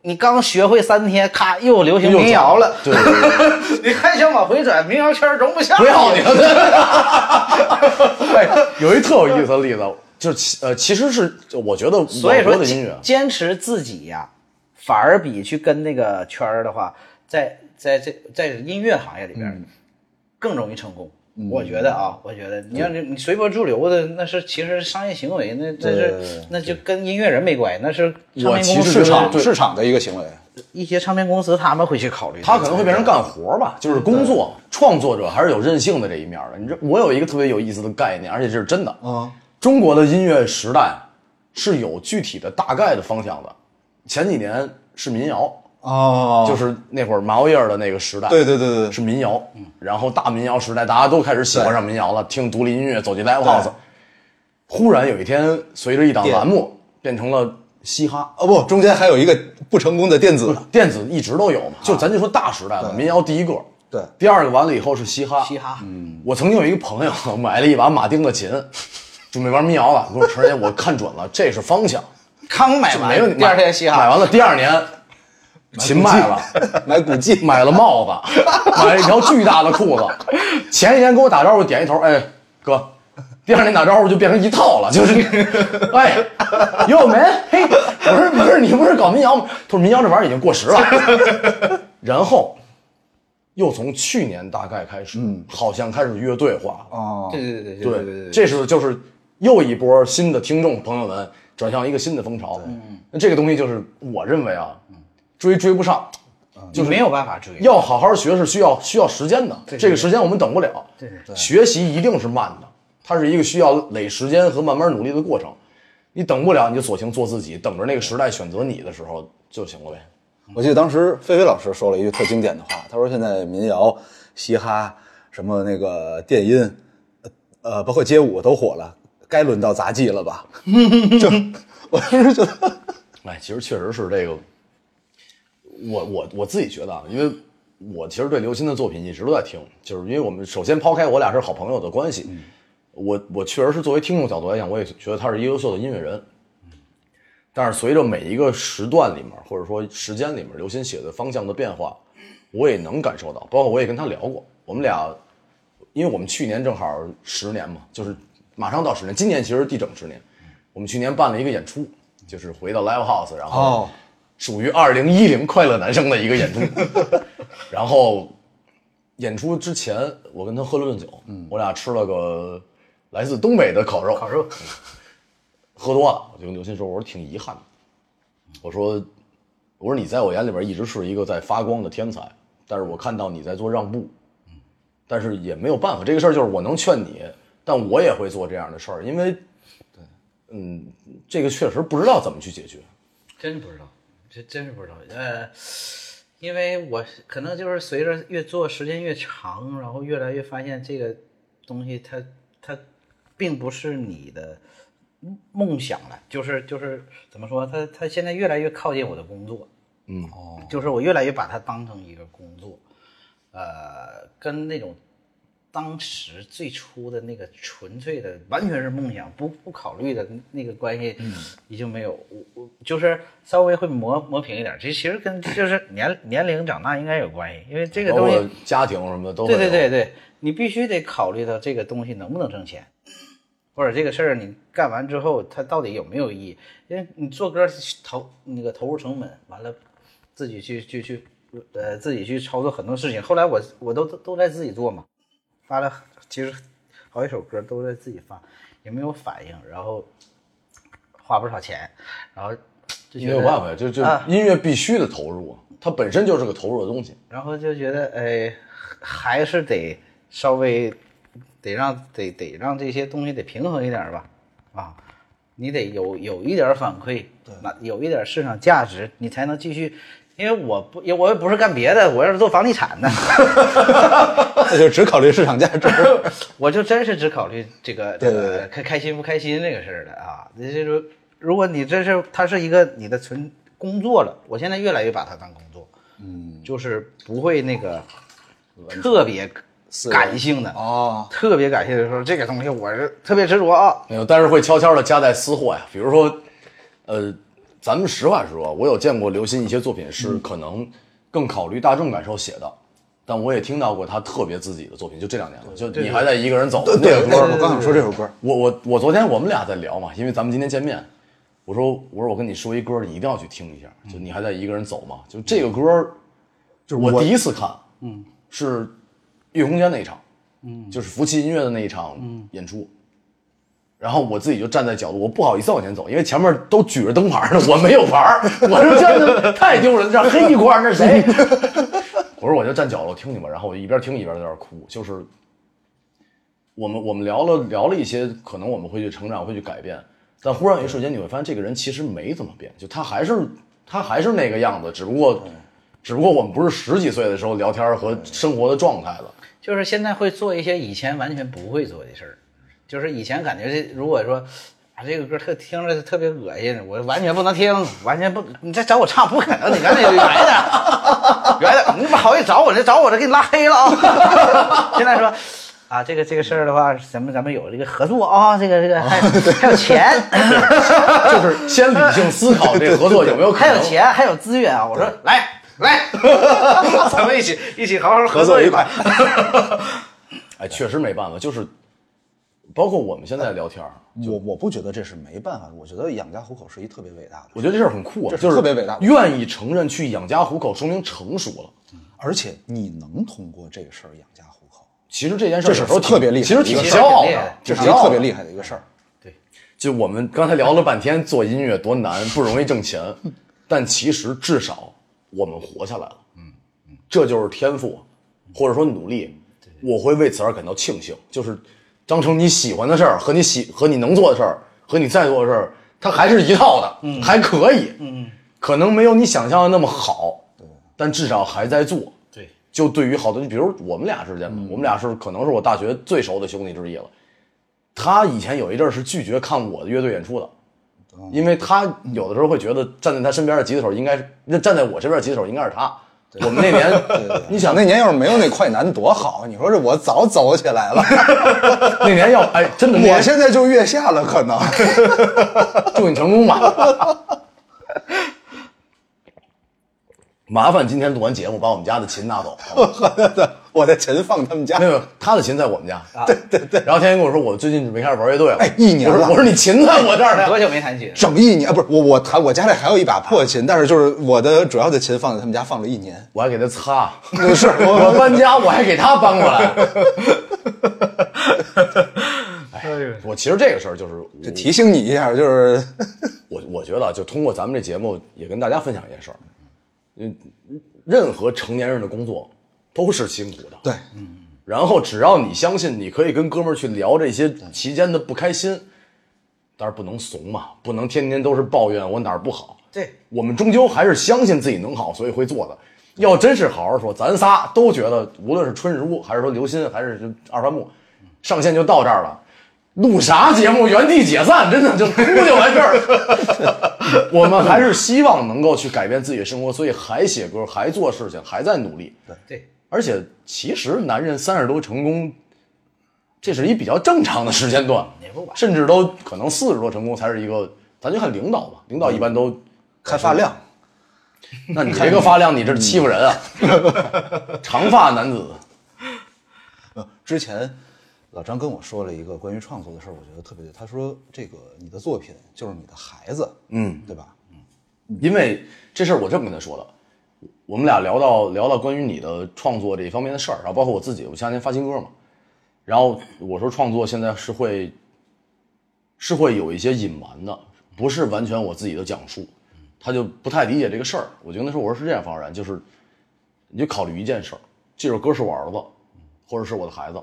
你刚学会三天，咔又流行民谣了， 对对对你还想往回转，民谣圈容不下， 不要你了。哎，有一特有意思的例子，就是呃，其实是我觉得我所以说国的音乐坚持自己呀、反而比去跟那个圈儿的话，在在这在音乐行业里边更容易成功。嗯、我觉得啊，我觉得你要你你随波逐流的，那是其实商业行为，那那是那就跟音乐人没关系，那是唱片公司市场市场的一个行为。 一些唱片公司他们会去考虑， 他可能会变成干活吧，就是工作。创作者还是有任性的这一面的。你这我有一个特别有意思的概念，而且这是真的。 嗯， 中国的音乐时代是有具体的大概的方向的。前几年是民谣。 哦， 就是那会儿马奥叶的那个时代， 对对对对， 是民谣，嗯，然后大民谣时代，大家都开始喜欢上民谣了，听独立音乐，走进 live house。忽然有一天，随着一档栏目变成了嘻哈， 哦不，中间还有一个不成功的电子， 电子一直都有嘛，就咱就说大时代了，民谣第一个， 对， 第二个完了以后是嘻哈， 嘻哈， 嗯，我曾经有一个朋友买了一把马丁的琴，准备玩民谣了，跟我承认我看准了，这是方向， 刚买完， 没问题， 第二天嘻哈， 买完了，第二年。琴卖了， 买古迹， 买了帽子，买了一条巨大的裤子。前一年跟我打招呼点一头，哎哥，第二年打招呼就变成一套了，就是哎哟没嘿，我说不是你不是搞民谣吗？他说民谣这玩意儿已经过时了。然后又从去年大概开始，嗯，好像开始乐队化。 哦， 对对对对对对对，这是就是又一波新的听众朋友们转向一个新的风潮。嗯，那这个东西就是我认为啊。追追不上， 就是没有办法追。 要好好学是需要需要时间的，这个时间我们等不了。 对对对， 学习一定是慢的，它是一个需要累时间和慢慢努力的过程。你等不了，你就索性做自己，等着那个时代选择你的时候就行了呗。 我记得当时菲菲老师说了一句特经典的话，他说现在民谣、嘻哈、什么那个电音，呃，包括街舞都火了，该轮到杂技了吧？就我当时觉得， 哎，其实确实是这个。我我我自己觉得啊，因为我其实对刘鑫的作品一直都在听，就是因为我们首先抛开我俩是好朋友的关系，嗯、我我确实是作为听众角度来讲，我也觉得他是一个优秀的音乐人。嗯、但是随着每一个时段里面或者说时间里面刘鑫写的方向的变化，我也能感受到，包括我也跟他聊过，我们俩，因为我们去年正好十年嘛，就是马上到十年，今年其实地整十年，我们去年办了一个演出，就是回到 live house， 然后。哦属于二零一零快乐男生的一个演出，然后演出之前我跟他喝了顿酒，嗯，我俩吃了个来自东北的烤肉， 烤肉， 喝多了，我就跟刘鑫说，我说挺遗憾的，我说我说你在我眼里边一直是一个在发光的天才，但是我看到你在做让步，嗯，但是也没有办法，这个事儿就是我能劝你，但我也会做这样的事儿，因为，对，嗯，这个确实不知道怎么去解决， 真不知道。这真是不知道，呃，因为我可能就是随着越做时间越长，然后越来越发现这个东西它它并不是你的梦想了，就是就是怎么说，它它现在越来越靠近我的工作， 嗯， 哦，就是我越来越把它当成一个工作，呃，跟那种当时最初的那个纯粹的完全是梦想不不考虑的那个关系已经没有，我我就是稍微会磨磨平一点，这其实跟就是年年龄长大应该有关系，因为这个东西家庭什么的都会对对对对，你必须得考虑到这个东西能不能挣钱，或者这个事儿你干完之后它到底有没有意义，因为你做歌投那个投入成本完了自己去去去呃自己去操作很多事情，后来我我都都在自己做嘛。发了，其实好几首歌都在自己发，也没有反应，然后花不少钱，然后就觉得没有办法，就就音乐必须的投入，啊、它本身就是个投入的东西。 然后就觉得，哎，还是得稍微得让得得让这些东西得平衡一点吧，啊，你得有有一点反馈，那有一点市场价值，你才能继续。因为我不，我也不是干别的，我要是做房地产的， 那就只考虑市场价值。 我就真是只考虑这个， 对对对， 开开心不开心这个事儿的啊。就是说，如果你这是它是一个你的纯工作了，我现在越来越把它当工作，嗯，就是不会那个特别感性的哦， 特别感性的时候，这个东西我是特别执着啊。 没有，但是会悄悄的夹带私货呀，比如说，呃。 咱们实话实说，我有见过刘鑫一些作品是可能更考虑大众感受写的，但我也听到过他特别自己的作品，就这两年了，就你还在一个人走的那个歌。 我刚想说这首歌， 我我我昨天我们俩在聊嘛，因为咱们今天见面，我说我说我跟你说一歌，你一定要去听一下，就你还在一个人走嘛，就这个歌，就是我第一次看，嗯，是月空间那一场，嗯，就是福气音乐的那一场演出。然后我自己就站在角度，我不好意思往前走，因为前面都举着灯牌呢，我没有牌，我说这样太丢人，这样黑一块那是谁？我说我就站角落听听吧，然后我一边听一边在那哭，就是我们我们聊了聊了一些，可能我们会去成长，会去改变，但忽然有一瞬间你会发现，这个人其实没怎么变，就他还是他还是那个样子，只不过只不过我们不是十几岁的时候聊天和生活的状态了， 就是现在会做一些以前完全不会做的事儿。就是以前感觉这如果说啊这个歌特听着特别恶心，我完全不能听，完全不，你再找我唱不可能，你赶紧远点，远点，你不好意思找我这找我这给你拉黑了啊！现在说啊这个这个事儿的话，咱们咱们有这个合作啊，这个这个还还有钱， 就是先理性思考这个合作有没有可能， 还有钱还有资源啊！我说来来，咱们一起一起好好合作一块。 哎，确实没办法，就是。包括我们现在聊天， 我我不觉得这是没办法，我觉得养家糊口是一特别伟大的。 我觉得这事儿很酷啊， 这是特别伟大的， 愿意承认去养家糊口，说明成熟了。 嗯、而且你能通过这个事儿养家糊口， 其实这件事这是特别厉害， 其实挺骄傲的， 这是一个特别厉害的一个事儿。 对， 就我们刚才聊了半天，做音乐多难，不容易挣钱，但其实至少我们活下来了。嗯嗯，这就是天赋，或者说努力，我会为此而感到庆幸，就是。张成你喜欢的事儿和你喜和你能做的事儿和你在做的事儿，它还是一套的，嗯，还可以，嗯，可能没有你想象的那么好，对，但至少还在做， 对。就对于好多，比如我们俩之间嘛，嗯、我们俩是可能是我大学最熟的兄弟之一了。他以前有一阵是拒绝看我的乐队演出的，嗯、因为他有的时候会觉得站在他身边的吉他手应该是站在我这边的吉他手应该是他。我们那年， 对对对你想那年要是没有那快男多好，你说这我早走起来了。 那年要哎，真的， 我现在就月下了，可能。 祝你成功吧。麻烦今天录完节目把我们家的琴拿走。 我的琴放他们家， 没有，他的琴在我们家。 啊、对对对。 然后天天跟我说，我最近准备开始玩乐队了。 哎，一年了。 我说，我说你琴在我这儿呢。 多久没弹琴？ 整一年，不是我我弹，我家里还有一把破琴，但是就是我的主要的琴放在他们家放了一年， 我还给他擦。 是我我搬家，我还给他搬过来。哎，我其实这个事儿就是就提醒你一下，就是我我觉得就通过咱们这节目也跟大家分享一件事儿，嗯，任何成年人的工作都是辛苦的， 对， 嗯。然后只要你相信，你可以跟哥们儿去聊这些期间的不开心，但是不能怂嘛，不能天天都是抱怨我哪儿不好。 对， 我们终究还是相信自己能好，所以会做的。要真是好好说，咱仨都觉得，无论是春日屋，还是说刘鑫，还是二番木，上线就到这儿了。录啥节目？原地解散，真的就哭就完事儿。我们还是希望能够去改变自己的生活，所以还写歌，还做事情，还在努力。 对对。 而且其实男人三十多成功，这是一比较正常的时间段，甚至都可能四十多成功才是一个。咱就看领导吧，领导一般都看发量。 那你这个发量，你这是欺负人啊！长发男子。 之前老张跟我说了一个关于创作的事儿，我觉得特别对。他说：“这个你的作品就是你的孩子， 嗯， 对吧？ 嗯，因为这事儿我这么跟他说的。我们俩聊到聊到关于你的创作这一方面的事儿，然后包括我自己，我前两天发新歌嘛，然后我说创作现在是会是会有一些隐瞒的，不是完全我自己的讲述。”他就不太理解这个事儿，我就跟他说：“我说是这样，方然，就是你就考虑一件事儿，这首歌是我儿子，或者是我的孩子，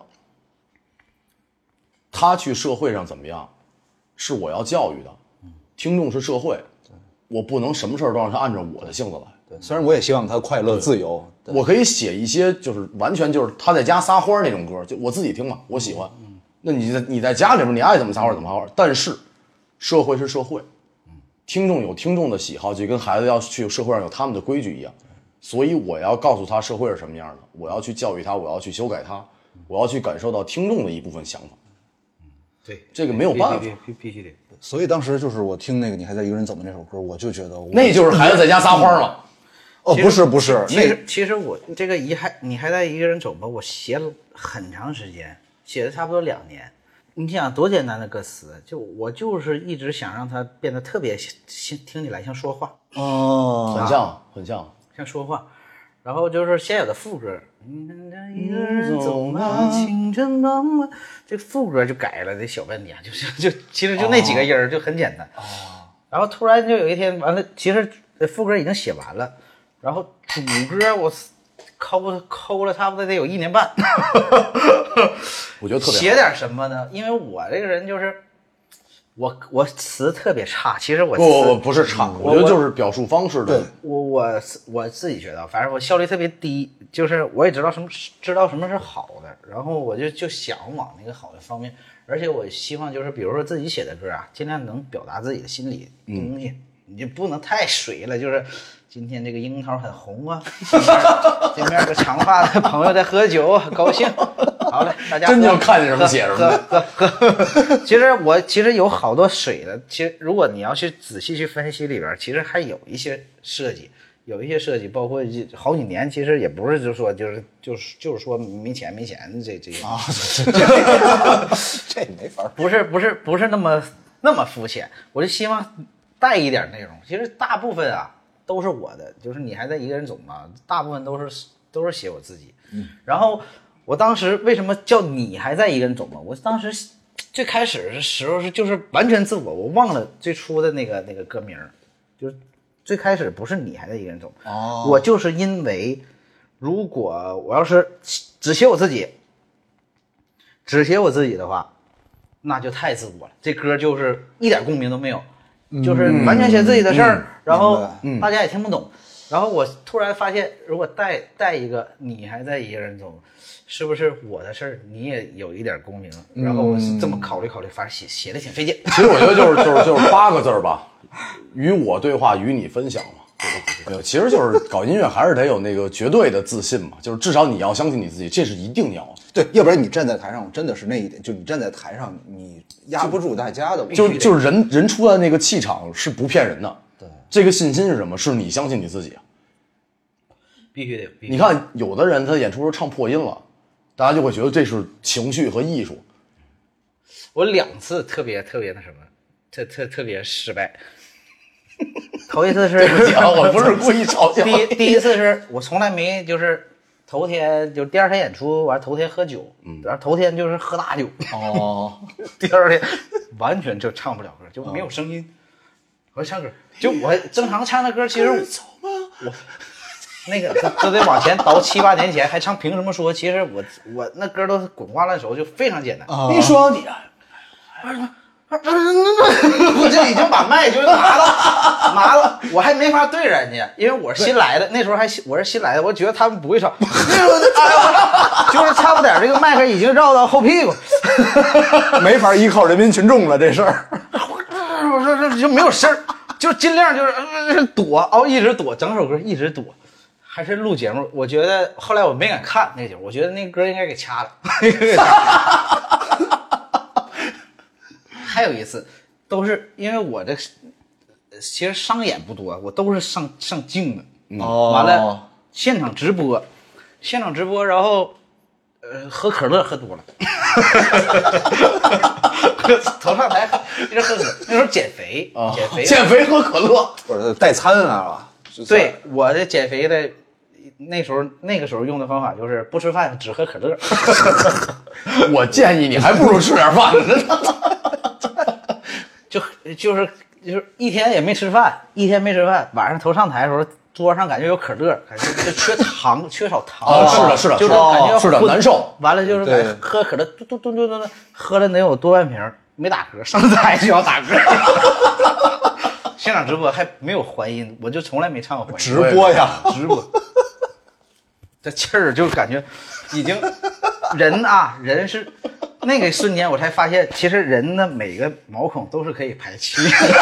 他去社会上怎么样，是我要教育的，听众是社会，我不能什么事儿都让他按照我的性子来。 对，虽然我也希望他快乐自由， 我可以写一些就是完全就是他在家撒欢那种歌，就我自己听嘛，我喜欢。那你在你在家里边，你爱怎么撒欢怎么撒欢，但是社会是社会。”听众有听众的喜好，就跟孩子要去社会上有他们的规矩一样，所以我要告诉他社会是什么样的，我要去教育他，我要去修改他，我要去感受到听众的一部分想法。 对， 这个没有办法， 必须得。 所以当时就是我听那个你还在一个人走吗那首歌，我就觉得我那就是孩子在家撒欢了。 哦，不是不是， 其那实其实我这个一还你还在一个人走吧，我写了很长时间，写了差不多两年。你想多简单的歌词，就我就是一直想让它变得特别像，听起来像说话， 哦， 很像很像像说话。然后就是先有的副歌，你跟着一个人走吗？清晨傍晚，这个副歌就改了这小半点，就是就其实就那几个音儿就很简单。哦。然后突然就有一天完了，其实副歌已经写完了，然后主歌我抠抠了差不多得有一年半。 我觉得特别好写点什么呢？因为我这个人就是我我词特别差，其实我不不不是差，我觉得就是表述方式的。 我我我自己觉得，反正我效率特别低，就是我也知道什么知道什么是好的，然后我就就想往那个好的方面，而且我希望就是比如说自己写的歌啊，尽量能表达自己的心理东西，嗯、你就不能太水了，就是今天这个樱桃很红啊，对面个长发的朋友在喝酒，高兴。好嘞，大家真就看见什么写什么。 喝喝喝。其实我其实有好多水的，其实如果你要去仔细去分析里边，其实还有一些设计，有一些设计，包括好几年，其实也不是就说就是就是就是说没钱没钱这这啊，这没法， 不是不是不是那么那么肤浅，我就希望带一点内容。其实大部分啊都是我的，就是你还在一个人走嘛，大部分都是都是写我自己。嗯，然后。我当时为什么叫你还在一个人走吗？我当时最开始的时候是就是完全自我，我忘了最初的那个那个歌名，就是最开始不是你还在一个人走，哦，我就是因为如果我要是只写我自己，只写我自己的话，那就太自我了，这歌就是一点共鸣都没有，就是完全写自己的事儿，嗯、然后大家也听不懂。然后我突然发现，如果带带一个你还在一个人走，是不是我的事儿你也有一点共鸣？然后我是这么考虑考虑，反正写写的挺费劲。 其实我觉得就是就是就是八个字儿吧，与我对话，与你分享嘛。对，其实就是搞音乐还是得有那个绝对的自信嘛，就是至少你要相信你自己，这是一定要的。 对，要不然你站在台上真的是那一点，就你站在台上你压不住大家的， 就就是人人出来那个气场是不骗人的。对，这个信心是什么？是你相信你自己。 必须得，必须你看有的人他演出时候唱破音了，大家就会觉得这是情绪和艺术。 我两次特别特别那什么，特特特别失败。头一次是， 对不起啊，我不是故意嘲笑。 第一第一次是我从来没就是头天就第二天演出完头天喝酒，嗯，然后头天就是喝大酒，哦，第二天完全就唱不了歌，就没有声音。我唱歌，就我正常唱的歌，其实我。我那个都得往前倒七八年前，还唱凭什么说？其实我我那歌都滚瓜烂熟，就非常简单。 哦、你说你啊， 我就已经把麦就拿了，拿了，我还没法对人家，因为我是新来的，那时候还我是新来的，我觉得他们不会唱，就是差不点这个麦克已经绕到后屁股， 没法依靠人民群众了这事儿。 我说这就没有声儿，就尽量就是躲，哦，一直躲，整首歌一直躲。还是录节目，我觉得后来我没敢看那个节目，我觉得那歌应该给掐了。还有一次，都是因为我这其实商演不多，我都是上上镜的。哦、嗯，完了现场直播，现场直播，然后呃喝可乐喝多了，头上台一直喝可乐。那时候减肥，哦、减肥， 减肥喝可乐， 或者代餐啊。 对，我的减肥的。那时候那个时候用的方法就是不吃饭只喝可乐。 我建议你还不如吃点饭呢。 就就是就是一天也没吃饭，一天没吃饭，晚上头上台的时候桌上感觉有可乐，感觉就缺糖，缺少糖。 啊，是的，是的， 就是感觉是的难受。 完了就是感觉喝可乐，嘟嘟嘟嘟嘟，喝了能有多半瓶，没打嗝，上台就要打嗝。现场直播还没有还音，我就从来没唱过还音。 直播呀， 直播。这气儿就感觉已经人啊人是那个瞬间我才发现其实人的每个毛孔都是可以排气。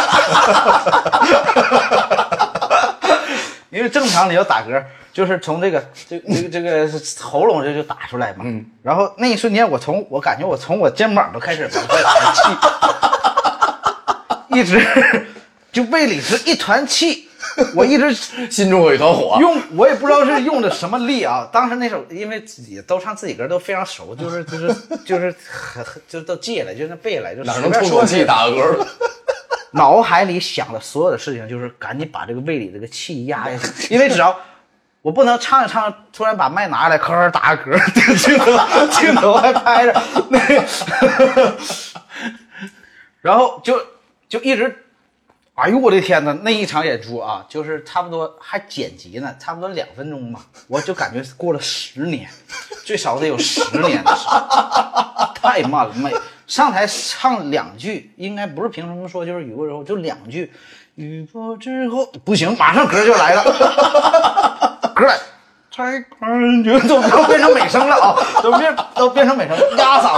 因为正常你要打嗝就是从这个这这个这个喉咙这就打出来嘛，嗯，然后那一瞬间我从我感觉我从我肩膀都开始往外排气。 一直就胃里是一团气，我一直心中有一团火。 用我也不知道是用的什么力啊。当时那首因为自己都唱自己歌都非常熟，就是就是就是就都记下来，就那背下来，就哪能透口气打个嗝？ 脑海里想的所有的事情就是赶紧把这个胃里这个气压下去，因为只要我不能唱一唱，突然把麦拿下来，咔咔打个嗝，镜头镜头还拍着那个，然后就就一直，哎呦我的天哪！那一场演出啊，就是差不多还剪辑呢，差不多两分钟吧，我就感觉过了十年，最少得有十年的时间，太慢了，没上台唱两句，应该不是凭什么说，就是雨过之后就两句，雨过之后不行，马上歌就来了，歌来。才感觉都都变成美声了啊，都变都变成美声，压嗓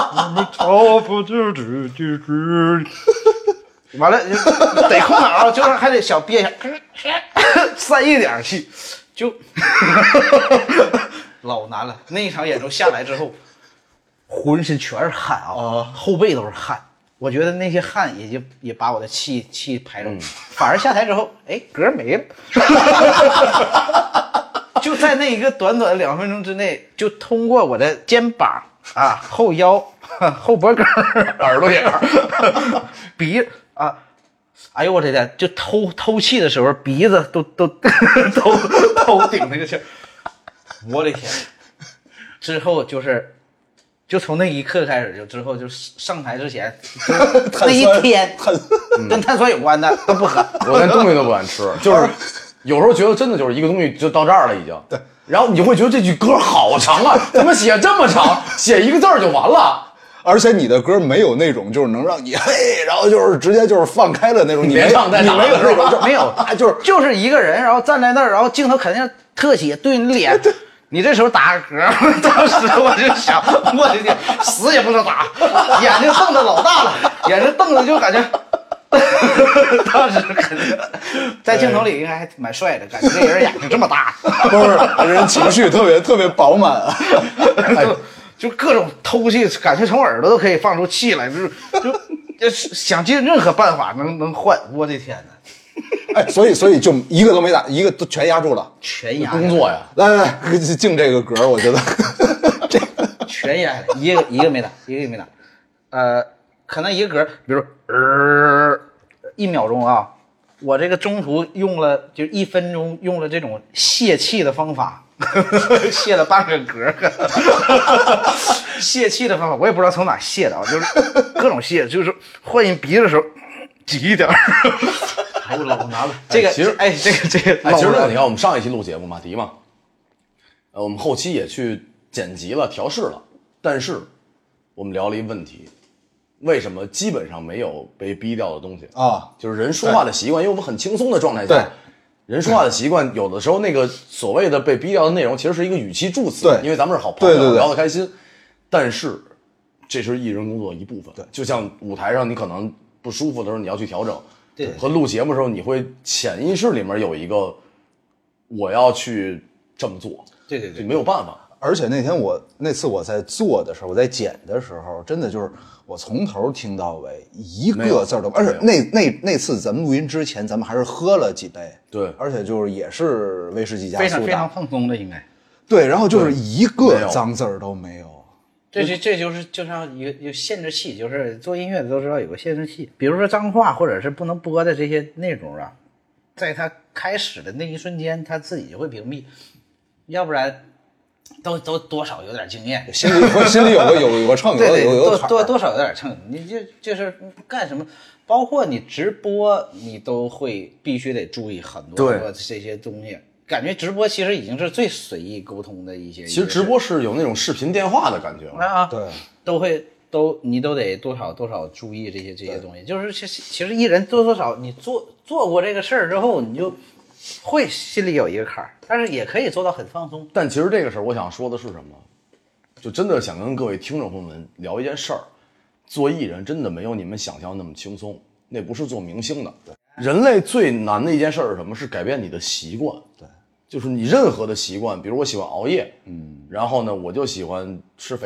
子。完了得空哪儿，就是还得小憋一下，散一点气，就老难了。那一场演出下来之后，浑身全是汗啊，后背都是汗。我觉得那些汗也就也把我的气气排走，嗯、反而下台之后，哎，嗝没了。就在那一个短短的两分钟之内，就通过我的肩膀啊、后腰、后脖梗、 耳朵眼、 鼻啊，哎呦我的天！就偷偷气的时候，鼻子都都都都顶那个气儿，我的天！之后就是，就从那一刻开始，就之后就上台之前，那一天跟碳酸有关的都不喝， 我连东西都不敢吃，就是。有时候觉得真的就是一个东西就到这儿了已经，对，然后你会觉得这句歌好长啊，怎么写这么长，写一个字儿就完了。 而且你的歌没有那种就是能让你嘿，然后就是直接就是放开了那种，你连唱带打， 你没有那种，就没有， 就是就是一个人，然后站在那儿，然后镜头肯定特写对你脸，你这时候打个嗝，当时我就想，我的天，死也不能打，眼睛瞪得老大了，眼睛瞪得就感觉。当时感觉在镜头里应该还蛮帅的，感觉这人眼睛这么大， 不是人情绪特别特别饱满， 就就各种偷气，感觉从耳朵都可以放出气来，就是就就是想尽任何办法能能换，我的天哪！ 哎，所以所以就一个都没打，一个都全压住了， 全压工作呀！ 来来来，敬这个格，我觉得这全压了，一个一个没打，一个也没打，呃。可能一个格，比如呃一秒钟啊，我这个中途用了就一分钟用了这种泄气的方法，泄了半个格，泄气的方法我也不知道从哪泄的啊，就是各种泄，就是换你鼻子的时候挤一点，哎呦老难了。这个其实哎这个这个， 哎其实你看我们上一期录节目马迪嘛，呃我们后期也去剪辑了调试了，但是我们聊了一个问题。为什么基本上没有被逼掉的东西啊？ 就是人说话的习惯，因为我们很轻松的状态下，人说话的习惯有的时候那个所谓的被逼掉的内容，其实是一个语气助词， 对， 因为咱们是好朋友， 对对对聊得开心。但是这是艺人工作一部分， 对， 就像舞台上你可能不舒服的时候，你要去调整， 对， 和录节目的时候，你会潜意识里面有一个我要去这么做， 对对对， 就没有办法。 而且那天我那次我在做的时候，我在剪的时候，真的就是我从头听到尾一个字都，而且那那那次咱们录音之前，咱们还是喝了几杯， 对， 而且就是也是威士忌加苏打， 非常非常放松的应该， 对，然后就是一个脏字儿都没有。 这就这就是就像一个有限制器，就是做音乐的都知道有个限制器，比如说脏话或者是不能播的这些内容啊，在它开始的那一瞬间，它自己就会屏蔽，要不然。都都多少有点经验， 心里心里有个有有个秤， 对对， 有有多多多少有点秤。你就就是干什么，包括你直播，你都会必须得注意很多这些东西。感觉直播其实已经是最随意沟通的一些。 其实直播是有那种视频电话的感觉啊， 对， 都会都你都得多少多少注意这些这些东西。就是其实其实艺人多多少你做做过这个事儿之后，你就。会心里有一个坎儿，但是也可以做到很放松。 但其实这个事儿，我想说的是什么？就真的想跟各位听众朋友们聊一件事儿：做艺人真的没有你们想象那么轻松，那不是做明星的。人类最难的一件事儿是什么？是改变你的习惯。 对， 就是你任何的习惯，比如我喜欢熬夜，嗯，然后呢，我就喜欢吃肥肉，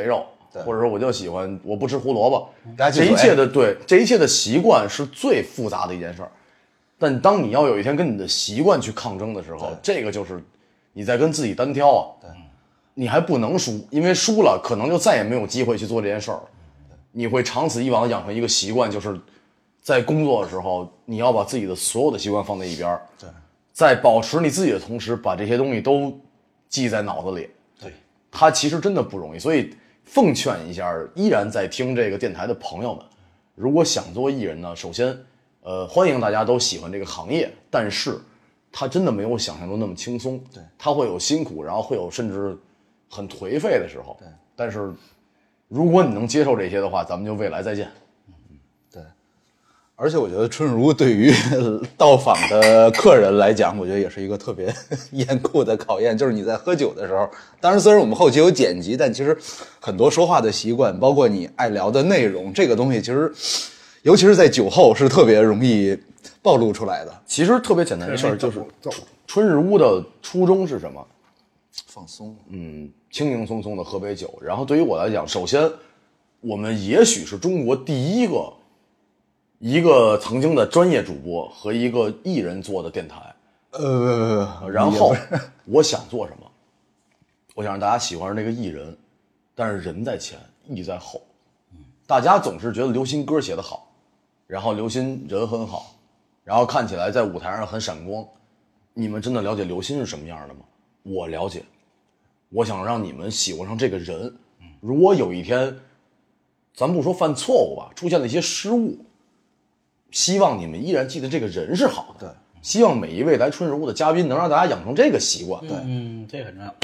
或者说我就喜欢我不吃胡萝卜， 大家记住这一切的对这一切的习惯是最复杂的一件事儿。但当你要有一天跟你的习惯去抗争的时候，这个就是你在跟自己单挑啊。对，你还不能输，因为输了可能就再也没有机会去做这件事儿了。你会长此以往的养成一个习惯，就是在工作的时候，你要把自己的所有的习惯放在一边，对，在保持你自己的同时，把这些东西都记在脑子里。 对， 它其实真的不容易，所以奉劝一下依然在听这个电台的朋友们，如果想做艺人呢，首先，呃，欢迎大家都喜欢这个行业，但是它真的没有想象中那么轻松。 对， 它会有辛苦，然后会有甚至很颓废的时候。 对， 但是如果你能接受这些的话，咱们就未来再见。 对，而且我觉得春如对于到访的客人来讲，我觉得也是一个特别严酷的考验。就是你在喝酒的时候，当然虽然我们后期有剪辑，但其实很多说话的习惯，包括你爱聊的内容，这个东西其实，尤其是在酒后是特别容易暴露出来的。 其实特别简单的事儿，就是春日屋的初衷是什么？ 放松， 嗯，轻轻松松的喝杯酒。然后对于我来讲，首先，我们也许是中国第一个一个曾经的专业主播和一个艺人做的电台。 呃， 然后我想做什么？我想让大家喜欢上这个艺人，但是人在前，艺在后。大家总是觉得刘鑫歌写得好，然后刘鑫人很好，然后看起来在舞台上很闪光。你们真的了解刘鑫是什么样的吗？我了解。我想让你们喜欢上这个人。如果有一天，咱不说犯错误吧，出现了一些失误，希望你们依然记得这个人是好的。 对， 希望每一位来春日屋的嘉宾能让大家养成这个习惯。 对， 嗯，这个很重要。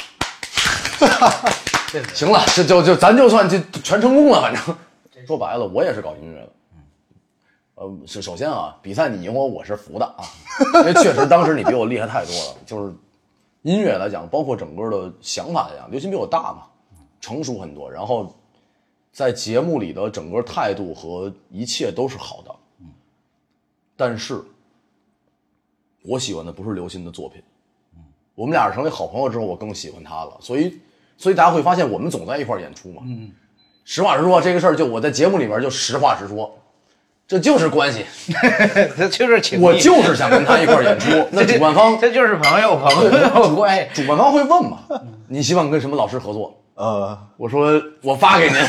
行了，这就就咱就算这全成功了，反正说白了，我也是搞音乐的。呃，是首先啊，比赛你赢我，我是服的啊，因为确实当时你比我厉害太多了。就是音乐来讲，包括整个的想法来讲，刘鑫比我大嘛，成熟很多。然后在节目里的整个态度和一切都是好的。但是我喜欢的不是刘鑫的作品。我们俩成为好朋友之后，我更喜欢他了。所以，所以大家会发现，我们总在一块儿演出嘛。嗯，实话实说，这个事儿就我在节目里边就实话实说。这就是关系， 这就是情谊。 我就是想跟他一块儿演出。那主办方这就是朋友，朋友关系。 主办方会问嘛？你希望跟什么老师合作？ 呃， 我说我发给您。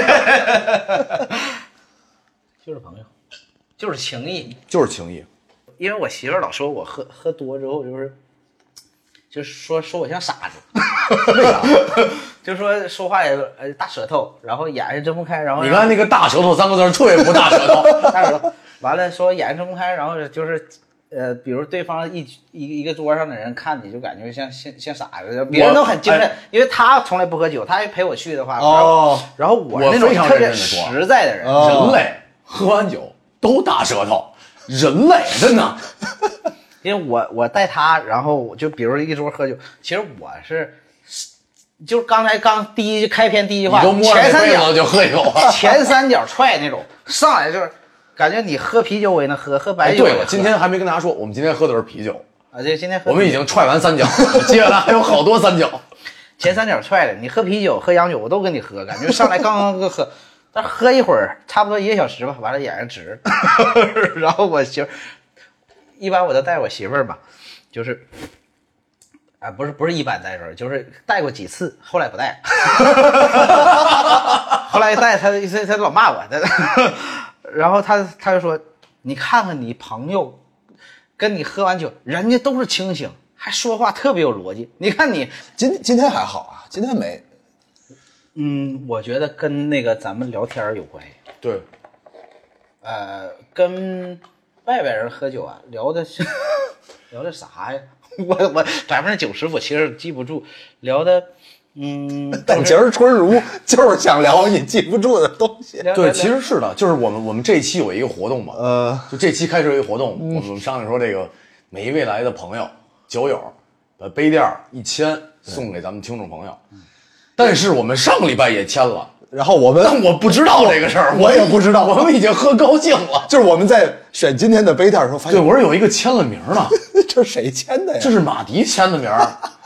就是朋友，就是情谊， 就是情谊。 因为我媳妇儿老说我喝喝多之后就是，就是说说我像傻子。为啥？就说说话也呃大舌头，然后眼睛睁不开，然后你看那个大舌头三个字特别不大舌头， 大舌头，完了说眼睛睁不开，然后就是呃，比如对方一一一个桌上的人看你就感觉像像像傻子，别人都很精神， 哎、 因为他从来不喝酒，他陪我去的话， 哦， 然后我那种特别实在的人， 哦、人类喝完酒都大舌头，人类真的。 因为我我带他，然后我就比如一桌喝酒，其实我是。就是刚才刚第一开篇第一句话，前三脚就喝一口， 前三脚踹那种，上来就是感觉你喝啤酒我也能喝，喝白酒。 对了，今天还没跟大家说，我们今天喝的是啤酒啊，对，今天喝我们已经踹完三脚，接下来还有好多三脚。 前三脚踹了，你喝啤酒喝洋酒我都跟你喝，感觉上来刚刚喝，但喝一会儿差不多一个小时吧，完了眼睛直，然后我媳妇，一般我都带我媳妇儿吧，就是。啊，不是不是一般带人，就是带过几次，后来不带，后来带他他他老骂我，他然后他他就说，你看看你朋友跟你喝完酒，人家都是清醒，还说话特别有逻辑，你看你今今天还好啊，今天没， 嗯，我觉得跟那个咱们聊天有关系， 对， 呃，跟外边人喝酒啊，聊的是聊的啥呀？我我百分之九十我其实记不住，聊的，嗯， 但其实春如就是想聊你记不住的东西。 对，其实是的，就是我们我们这一期有一个活动嘛， 呃， 就这期开始有一个活动，嗯、我们商量说这个每一位来的朋友酒友，把杯垫一签送给咱们听众朋友。但是我们上个礼拜也签了。 然后我们， 但我不知道这个事儿， 我也不知道， 我们已经喝高兴了。 就是我们在选今天的杯垫的时候，发现对，我说有一个签了名呢， 这是谁签的呀？ 这是马迪签的名。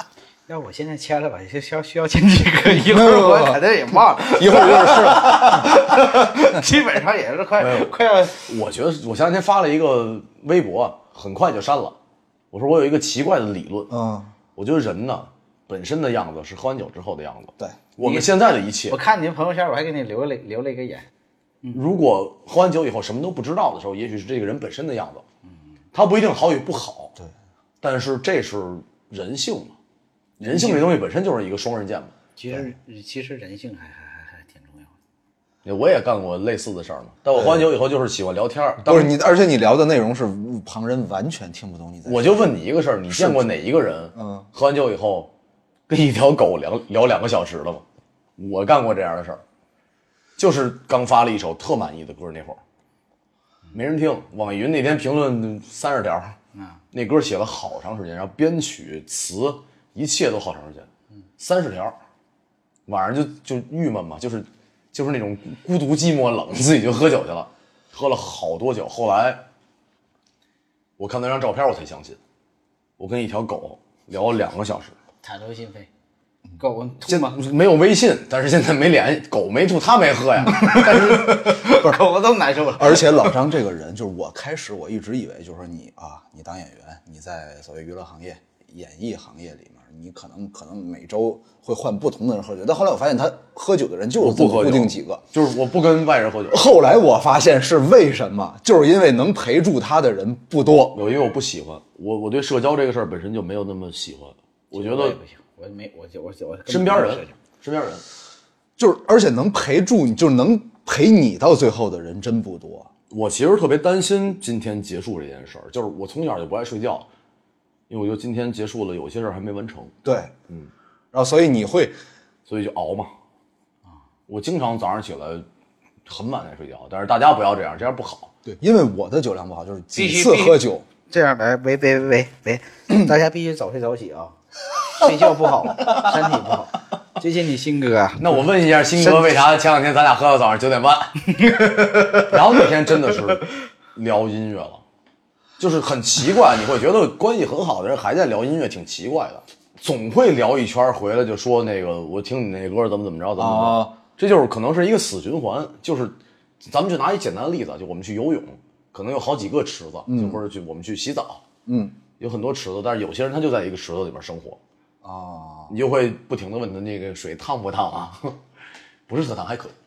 要我现在签了吧，也需要需要前几个，一会儿我可能也忘了， 一会儿就是了，基本上也是快快要。 我觉得我前两天发了一个微博，很快就删了。我说我有一个奇怪的理论， 嗯， 我觉得人呢本身的样子是喝完酒之后的样子。 对， 我们现在的一切， 我看您朋友圈，我还给你留了留了一个言。 如果喝完酒以后什么都不知道的时候，也许是这个人本身的样子，他不一定好与不好， 对， 但是这是人性嘛。人性这东西本身就是一个双刃剑嘛。 其实其实人性还还还还挺重要的。我也干过类似的事儿嘛，但我喝完酒以后就是喜欢聊天。 不是你，而且你聊的内容是旁人完全听不懂你在。 我就问你一个事儿，你见过哪一个人，嗯，喝完酒以后跟一条狗聊聊两个小时的吗？我干过这样的事儿，就是刚发了一首特满意的歌，那会儿没人听，网易云那天评论三十条，嗯，那歌写了好长时间，然后编曲词一切都好长时间，三十条，晚上就就郁闷嘛，就是就是那种孤独寂寞冷，自己就喝酒去了，喝了好多酒。后来我看那张照片，我才相信，我跟一条狗聊了两个小时， 袒露心扉。狗吐吗？没有微信，但是现在没联系。狗没吐，他没喝呀。但是不是狗都难受了。 而且老张这个人，就是我开始我一直以为，就是说你啊，你当演员，你在所谓娱乐行业、演艺行业里面，你可能可能每周会换不同的人喝酒。但后来我发现，他喝酒的人就是不固定几个， 就是我不跟外人喝酒。 后来我发现是为什么？就是因为能陪住他的人不多。 有因为我不喜欢我，我对社交这个事儿本身就没有那么喜欢。我觉得我也不行。我没我我我身边人，身边人， 就是而且能陪住你，就是能陪你到最后的人真不多。 我其实特别担心今天结束这件事儿，就是我从小就不爱睡觉，因为我觉得今天结束了，有些事儿还没完成。 对，嗯，然后所以你会， 所以就熬嘛。啊，我经常早上起来很晚才睡觉，但是大家不要这样，这样不好。 对，因为我的酒量不好，就是几次喝酒这样来，喂喂喂喂喂，大家必须早睡早起啊。睡觉不好，身体不好。最近你新哥， 那我问一下新哥，为啥前两天咱俩喝到早上九点半？然后那天真的是聊音乐了，就是很奇怪，你会觉得关系很好的人还在聊音乐，挺奇怪的。总会聊一圈回来就说那个，我听你那歌怎么怎么着，怎么怎么着，啊、这就是可能是一个死循环。就是咱们就拿一简单的例子，就我们去游泳，可能有好几个池子，嗯、就或者去我们去洗澡，嗯。有很多池子，但是有些人他就在一个池子里面生活，啊，你就会不停的问他那个水烫不烫啊？不是特烫，还可以。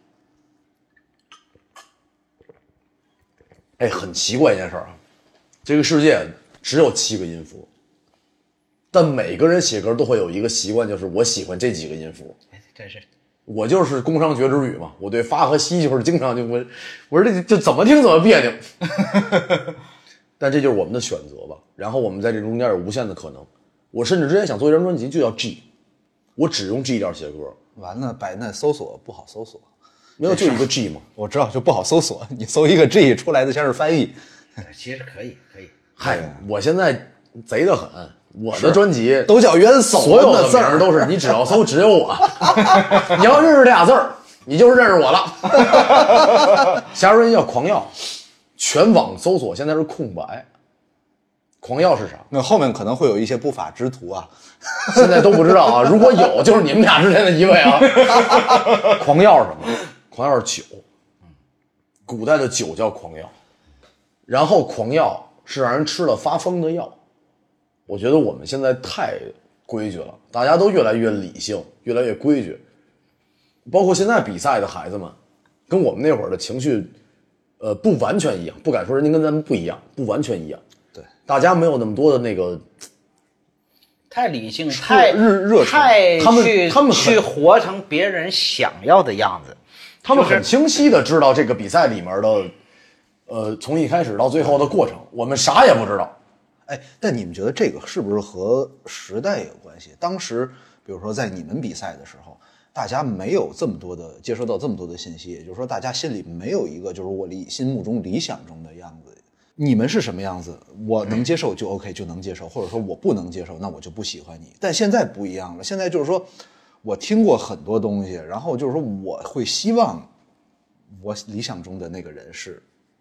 哎，很奇怪一件事啊，这个世界只有七个音符，但每个人写歌都会有一个习惯，就是我喜欢这几个音符。 哎，真是， 我就是工商绝之语嘛，我对发和西就是经常就我我说这就怎么听怎么别扭。但这就是我们的选择吧，然后我们在这中间有无限的可能。我甚至之前想做一张专辑就叫 G， 我只用 G 调写歌。 完了，百那搜索不好搜索， 没有就一个 G 嘛。 我知道就不好搜索，你搜一个 G 出来的全是翻译。 其实可以可以。 嗨，我现在贼得很，我的专辑都叫元首， 所有的字儿都是你只要搜只有我，你要认识这俩字儿，你就是认识我了。下边叫狂药。全网搜索现在是空白，狂药是啥？ 那后面可能会有一些不法之徒啊， 现在都不知道啊。如果有，就是你们俩之间的一位啊。狂药是什么？狂药是酒，古代的酒叫狂药，然后狂药是让人吃了发疯的药。我觉得我们现在太规矩了，大家都越来越理性，越来越规矩。包括现在比赛的孩子们，跟我们那会儿的情绪。呃，不完全一样，不敢说人家跟咱们不一样，不完全一样。 对， 大家没有那么多的那个太理性，太热热太他们去他们去活成别人想要的样子。 他们很清晰的知道这个比赛里面的，呃，从一开始到最后的过程，我们啥也不知道。 哎，但你们觉得这个是不是和时代有关系？当时，比如说在你们比赛的时候。大家没有这么多的接收到这么多的信息，也就是说大家心里没有一个就是我理心目中理想中的样子。你们是什么样子我能接受就 OK 就能接受，或者说我不能接受那我就不喜欢你。但现在不一样了，现在就是说我听过很多东西，然后就是说我会希望我理想中的那个人是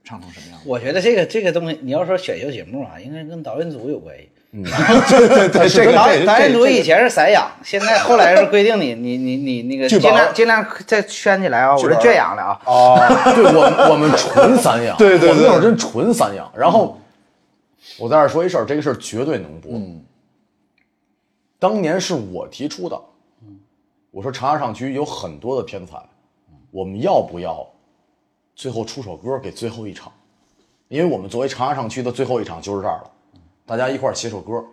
唱成什么样子？ 我觉得这个这个东西，你要说选秀节目啊，应该跟导演组有关系。 嗯，对对对，这个导这导演组以前是散养，现在后来是规定你你你你那个剧本尽量尽量再圈起来啊，我是圈养的啊。 哦，对我我们纯散养， 对对对我们那会儿真纯散养。然后我在这儿说一事儿，这个事儿绝对能播。 嗯， 当年是我提出的，我说长沙上区有很多的偏才，我们要不要最后出首歌给最后一场？因为我们作为长沙上区的最后一场就是这儿了，大家一块儿写首歌。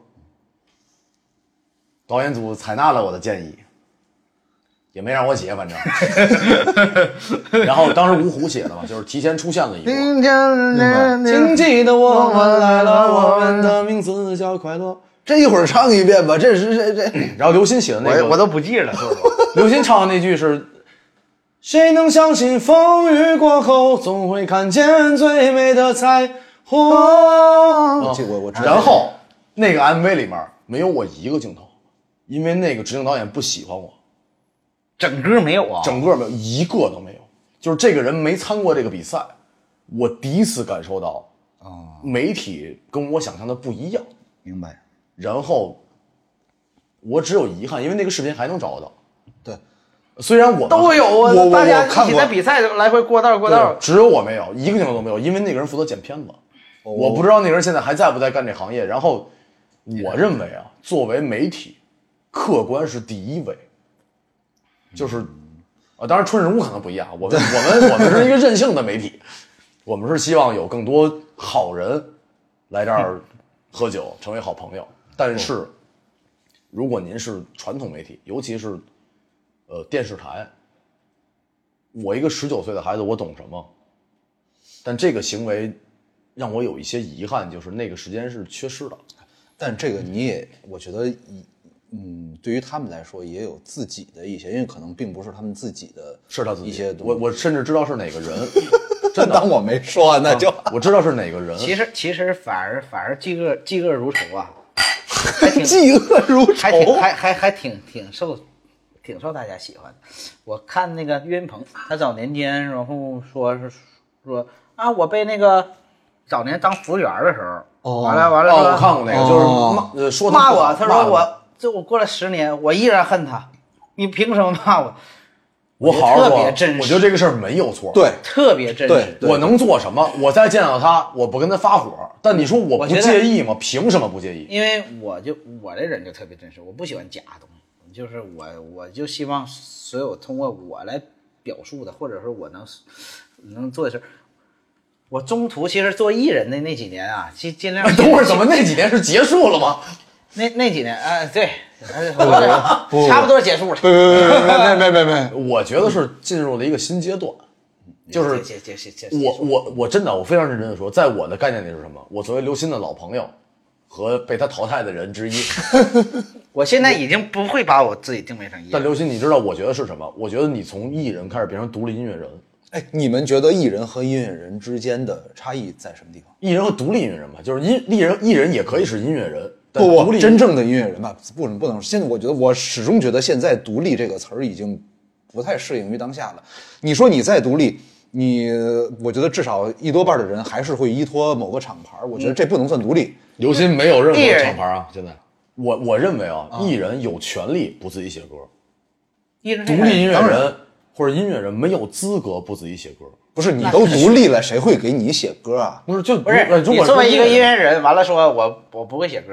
导演组采纳了我的建议，也没让我写，反正。然后当时芜湖写的嘛，就是提前出现了一波。请记得我们来了，我们的名字叫快乐。 这一会儿唱一遍吧，这是这这。 然后刘鑫写的那个， 我我都不记了，是不是？ 刘鑫唱的那句是：谁能相信风雨过后总会看见最美的彩虹？ 我我我知道。 然后那个 M V 里面没有我一个镜头，因为那个执行导演不喜欢我， 整个没有啊， 整个没有一个都没有。就是这个人没参过这个比赛，我第一次感受到啊，媒体跟我想象的不一样。 明白。 然后我只有遗憾，因为那个视频还能找得到。 对， 虽然我都有啊， 我大家我看过一起在比赛来回过道过道， 只有我没有，一个镜头都没有，因为那个人负责剪片子，哦、我不知道那个人现在还在不在干这行业。然后我认为啊，作为媒体，客观是第一位，就是啊，当然春日屋可能不一样，我们我们我们是一个任性的媒体，我们是希望有更多好人来这儿喝酒，成为好朋友。但是，如果您是传统媒体，尤其是，呃，电视台，我一个十九岁的孩子，我懂什么？但这个行为让我有一些遗憾，就是那个时间是缺失的。 但这个你也，我觉得，嗯，对于他们来说也有自己的一些，因为可能并不是他们自己的， 是他自己一些东西。 我我甚至知道是哪个人， 真的，当我没说，那就、 啊、我知道是哪个人。 其实其实反而反而嫉恶嫉恶如仇啊。还挺嫉恶如仇， 还挺还还还挺挺受挺受大家喜欢的。我看那个岳云鹏，他早年间然后说是说啊，我被那个早年当服务员的时候，哦、完了完了、 哦，我看过那个，就是骂呃说骂我，他说我这我过了十年，我依然恨他，你凭什么骂我？ 我好好说， 特别真实， 我觉得这个事儿没有错， 对， 特别真实。 我能做什么？我再见到他，我不跟他发火，但你说我不介意吗？凭什么不介意？ 因为我就我这人就特别真实，我不喜欢假东西，就是我我就希望所有通过我来表述的，或者说我能能做的事。我中途其实做艺人的那几年啊，尽尽量。 等会儿怎么那几年是结束了吗？ 那那几年啊、呃，对，差不多结束了。 没没没没没没， 我觉得是进入了一个新阶段，就是我我我真的我非常认真的说，在我的概念里是什么？我作为刘鑫的老朋友和被他淘汰的人之一， 我现在已经不会把我自己定位成艺人。 但刘鑫，你知道我觉得是什么？我觉得你从艺人开始变成独立音乐人。 哎，你们觉得艺人和音乐人之间的差异在什么地方？ 艺人和独立音乐人吧，就是音艺人艺人也可以是音乐人。 不不，真正的音乐人吧，不能不能。现在我觉得，我始终觉得现在“独立”这个词儿已经不太适应于当下了。你说你再独立，你我觉得至少一多半的人还是会依托某个厂牌，我觉得这不能算独立。 刘鑫没有任何厂牌啊，现在我我认为啊，艺人有权利不自己写歌，独立音乐人或者音乐人没有资格不自己写歌。 不是你都独立了，谁会给你写歌啊？ 不是，就不是你作为一个音乐人，完了说我我不会写歌，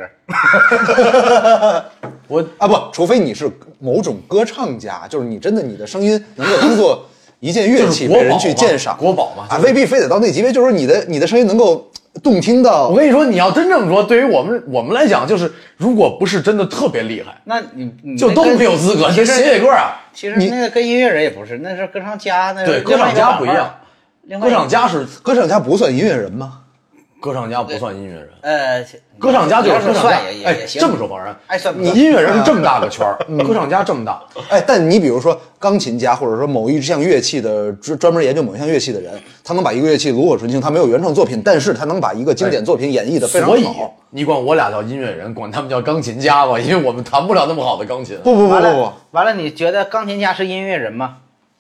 我啊不，除非你是某种歌唱家，就是你真的你的声音能够当做一件乐器被人去鉴赏， 国宝嘛， 啊，未必非得到那级别，就是你的你的声音能够动听到。 我跟你说，你要真这么说，对于我们我们来讲，就是如果不是真的特别厉害， 那你你就都没有资格写写歌啊。 其实那个跟音乐人也不是，那是歌唱家，那对歌唱家不一样。歌唱家是歌唱家不算音乐人吗？ 歌唱家不算音乐人。 呃， 歌唱家就是歌唱家。 哎， 这么说，方然， 哎，算你音乐人是这么大个圈儿，歌唱家这么大。 哎，但你比如说钢琴家，或者说某一项乐器的专专门研究某一项乐器的人，他能把一个乐器炉火纯青，他没有原创作品，但是他能把一个经典作品演绎的非常好。 所以你管我俩叫音乐人，管他们叫钢琴家吧，因为我们弹不了那么好的钢琴。 不不不不不， 完了，你觉得钢琴家是音乐人吗？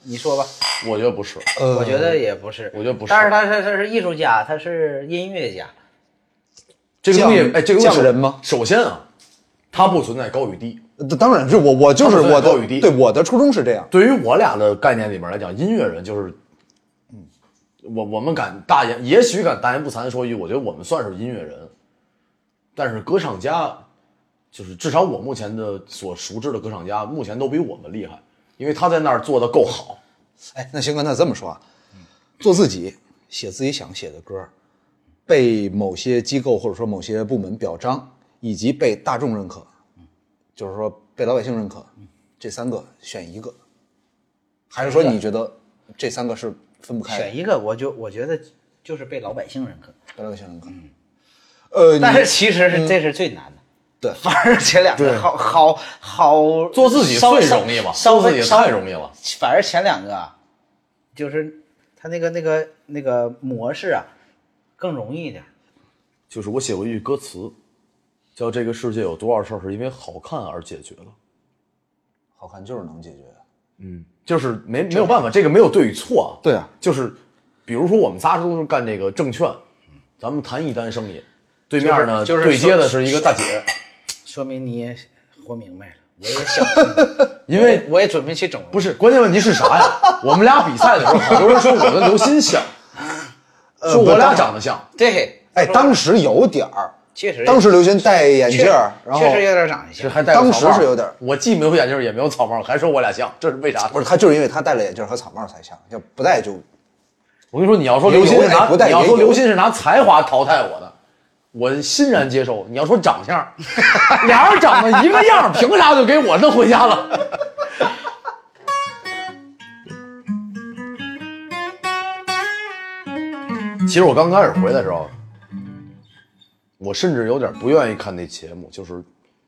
你说吧。 我觉得不是， 呃， 我觉得也不是， 我觉得不是但是他是他是艺术家，他是音乐家。 这个东西， 匠哎，这个东西匠人吗？ 首先啊，它不存在高与低。 当然是我我就是他们我高与低的对我的初衷是这样。 对于我俩的概念里面来讲，音乐人就是，嗯，我我们敢大言，也许敢大言不惭的说一句，我觉得我们算是音乐人，但是歌唱家，就是至少我目前的所熟知的歌唱家，目前都比我们厉害，因为他在那儿做的够好。 哎，那行哥，那这么说啊，做自己，写自己想写的歌，被某些机构或者说某些部门表彰，以及被大众认可，就是说被老百姓认可，这三个选一个，还是说你觉得这三个是分不开的？ 选一个，我就我觉得就是被老百姓认可， 被老百姓认可。嗯、呃， 但是其实是、嗯、这是最难的。 对， 反而前两个好好好做自己最容易嘛， 稍微做自己太容易了。 反而前两个啊，就是他那个那个那个模式啊，更容易一点。 就是我写过一句歌词，叫这个世界有多少事儿是因为好看而解决的。 好看就是能解决。 嗯，就是没没有办法，这个没有对与错啊。 对啊， 就是比如说我们仨都是干这个证券，咱们谈一单生意，对面呢、 就是、 对接的是一个大姐。 说明你也活明白了，我也小心， 因为我也准备去整容。 不是，关键问题是啥呀？我们俩比赛的时候，好多人说我跟刘鑫像，说我俩长得像。 对， 哎，当时有点儿， 确实， 当时刘鑫戴眼镜，然后确实有点长得像， 还戴当时是有点。 我既没有眼镜也没有草帽，还说我俩像，这是为啥？ 不是，他就是因为他戴了眼镜和草帽才像，要不戴就。 我跟你说，你要说刘鑫是拿，你要说刘鑫是拿才华淘汰我的。我欣然接受。你要说长相，俩人长得一个样，凭啥就给我弄回家了？其实我刚开始回来的时候，我甚至有点不愿意看那节目，就是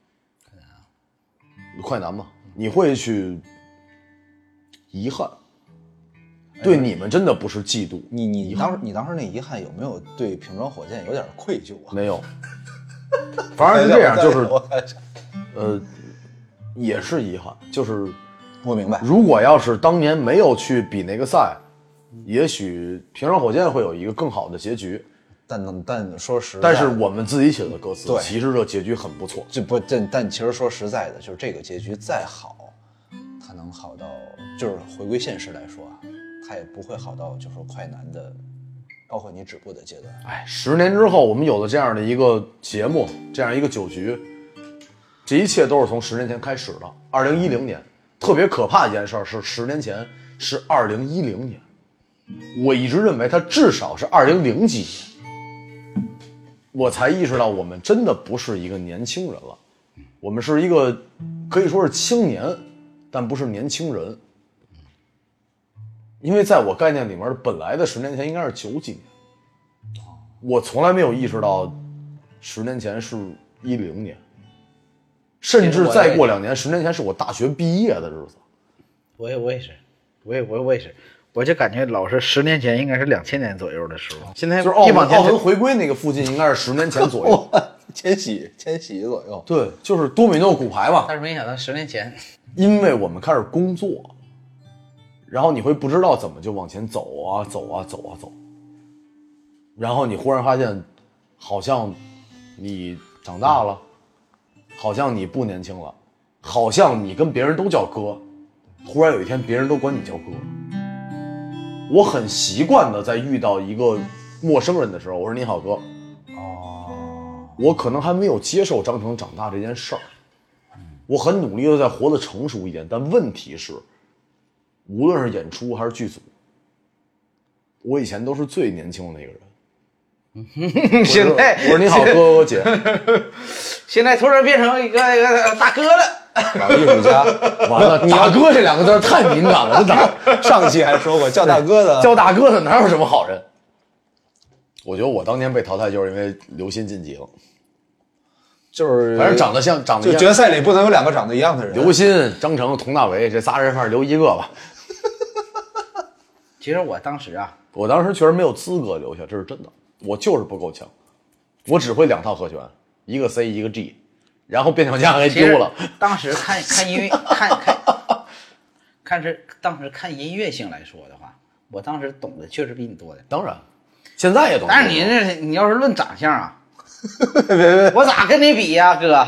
快男嘛，你会去遗憾。对你们真的不是嫉妒， 你你当时你当时那遗憾有没有对瓶装火箭有点愧疚啊？ 没有，反而是这样，就是呃，也是遗憾，就是我明白， 如果要是当年没有去比那个赛，也许瓶装火箭会有一个更好的结局。 但但说实在， 但是我们自己写的歌词， 对， 其实这结局很不错。 这不但但其实说实在的，就是这个结局再好，它能好到就是回归现实来说啊。他也不会好到就说快男的，包括你止步的阶段。 哎，十年之后我们有了这样的一个节目，这样一个酒局，这一切都是从十年前开始的。二零一零年，特别可怕的一件事是十年前是二零一零年，我一直认为它至少是二零零几年，我才意识到我们真的不是一个年轻人了，我们是一个可以说是青年，但不是年轻人。因为在我概念里面，本来的十年前应该是九几年，我从来没有意识到，十年前是一零年，甚至再过两年，十年前是我大学毕业的日子。 我也我也是，我也我我也是，我就感觉老是十年前应该是两千年左右的时候，现在就是奥运奥运回归那个附近应该是十年前左右， 千禧千禧左右。 对，就是多米诺骨牌嘛。 但是没想到十年前， 因为我们开始工作。然后你会不知道怎么就往前走啊走啊走啊走，然后你忽然发现，好像你长大了，好像你不年轻了，好像你跟别人都叫哥，忽然有一天别人都管你叫哥。我很习惯的在遇到一个陌生人的时候，我说你好哥。哦，我可能还没有接受张成长大这件事儿，我很努力的在活得成熟一点，但问题是。无论是演出还是剧组，我以前都是最年轻的那个人。 现在我说你好哥哥姐， 现在突然变成一个一个大哥了， 老艺术家。 完了，大哥这两个字太敏感了，真的。 上期还说过叫大哥的， 叫大哥的哪有什么好人？我觉得我当年被淘汰就是因为刘鑫晋级了。 就是反正长得像长得就决赛里不能有两个长得一样的人。 刘鑫、张成、佟大为这仨人，反正留一个吧。 其实我当时啊， 我当时确实没有资格留下，这是真的。我就是不够强，我只会两套和弦，一个 C 一个 G， 然后变调架还丢了。 当时看看音乐，看看看是当时看音乐性来说的话，我当时懂得确实比你多的。 当然，现在也懂。 但是你这你要是论长相啊，别别，我咋跟你比呀、啊，哥？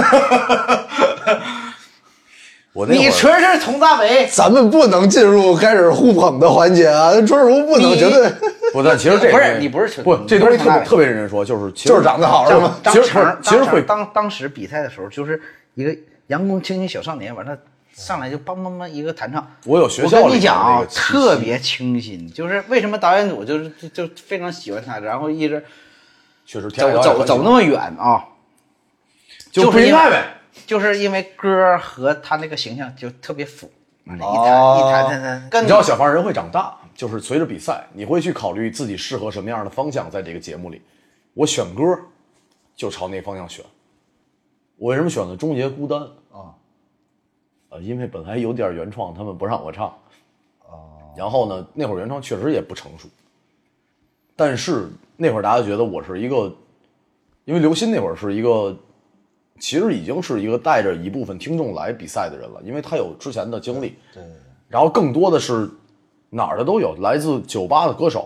我那你纯是佟大为， 咱们不能进入开始互捧的环节啊！春如不能绝对不，但其实这不是你不是不，这东西特别特别认真说，就是其实就是长得好是吗？ 其实其实会当当时比赛的时候，就是一个阳光清新小少年，完了上来就梆梆梆一个弹唱。 我有学校里我跟你讲啊，特别清新，就是为什么导演组就是就就非常喜欢他，然后一直确实走走走那么远啊， 就不应该呗。 就是因为歌和他那个形象就特别符，完了一弹、 哦、 一弹弹弹。跟你知道小胖人会长大，就是随着比赛，你会去考虑自己适合什么样的方向，在这个节目里，我选歌就朝那方向选。我为什么选的《终结孤单》啊？呃，因为本来有点原创，他们不让我唱。哦。然后呢，那会儿原创确实也不成熟，但是那会儿大家觉得我是一个，因为刘鑫那会儿是一个。其实已经是一个带着一部分听众来比赛的人了，因为他有之前的经历。 对。 然后更多的是哪儿的都有，来自酒吧的歌手，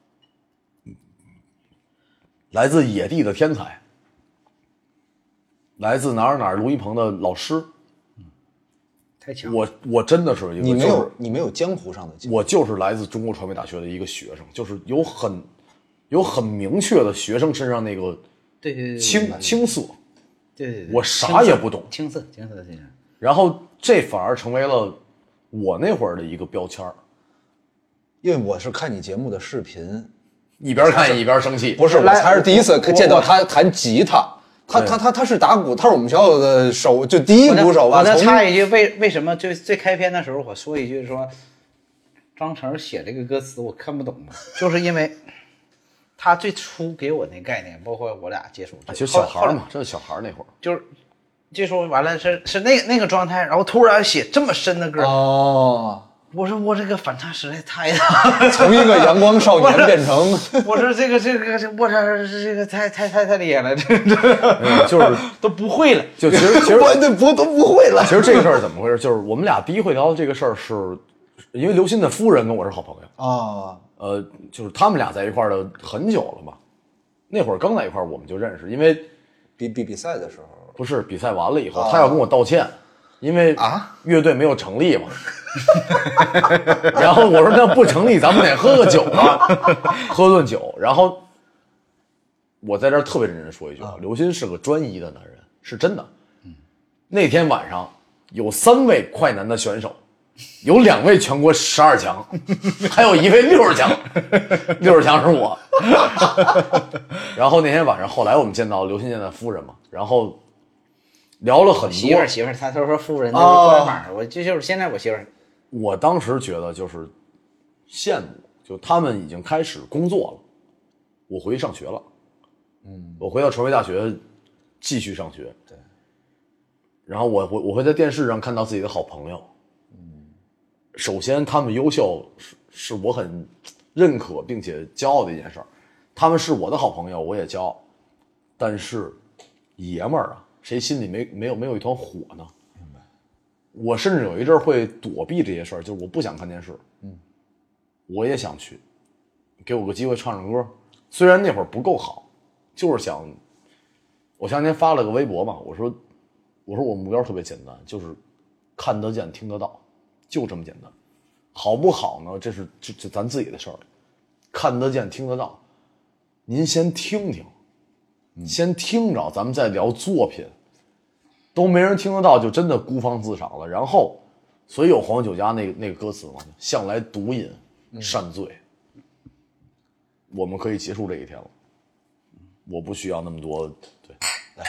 来自野地的天才，来自哪儿哪儿卢一鹏的老师。 太强！ 我我真的是一个， 你没有、 就是、 你没有江湖上的经历， 我就是来自中国传媒大学的一个学生，就是有很有很明确的学生身上那个对对对青青涩。 对对对， 我啥也不懂， 青涩青涩青涩， 然后这反而成为了我那会儿的一个标签儿， 因为我是看你节目的视频， 一边看一边生气。 不是，我才是第一次见到他弹吉他，他他他他是打鼓，他是我们学校的手就第一鼓手吧。 我再插一句，为为什么最最开篇的时候我说一句说，张成写这个歌词我看不懂嘛，就是因为。他最初给我那概念，包括我俩接触， 其实小孩嘛，这是小孩那会儿， 就是接触完了是是那个那个状态，然后突然写这么深的歌哦， 我说我这个反差实在太大了， 从一个阳光少年变成， 我说这个这个我这这个太太太太厉害了，这这就是都不会了， 就其实其实我这不都不会了。 其实这个事儿怎么回事？就是我们俩第一回聊的这个事儿，是因为刘鑫的夫人跟我是好朋友啊。哦呃，就是他们俩在一块儿的很久了吧？那会儿刚在一块儿我们就认识，因为比比比赛的时候， 不是比赛完了以后，哦、他要跟我道歉，因为啊乐队没有成立嘛。然后我说那不成立，咱们得喝个酒啊，喝顿酒。然后我在这儿特别认真说一句啊，刘鑫是个专一的男人，是真的。嗯，那天晚上有三位快男的选手。有两位全国十二强，还有一位六十强，六十强是我。然后那天晚上，后来我们见到刘鑫现在夫人嘛，然后聊了很多。 媳妇儿媳妇儿，他都说夫人那个官码，我这就是现在我媳妇儿。 我当时觉得就是羡慕，就他们已经开始工作了，我回去上学了。嗯，我回到传媒大学继续上学。对。然后我我我会在电视上看到自己的好朋友。首先他们优秀是是我很认可并且骄傲的一件事儿，他们是我的好朋友，我也骄傲。但是爷们儿啊，谁心里没没有没有一团火呢？明白。我甚至有一阵会躲避这些事儿，就是我不想看电视。嗯，我也想去，给我个机会唱唱歌。虽然那会儿不够好，就是想。我前两天发了个微博嘛，我说我说我目标特别简单，就是看得见听得到。就这么简单，好不好呢？这是这这咱自己的事儿，看得见听得到。您先听听，先听着，咱们再聊作品。都没人听得到，就真的孤芳自赏了。然后，所以有黄酒家那个那个歌词嘛，向来毒饮善醉。我们可以结束这一天了，我不需要那么多。对，来，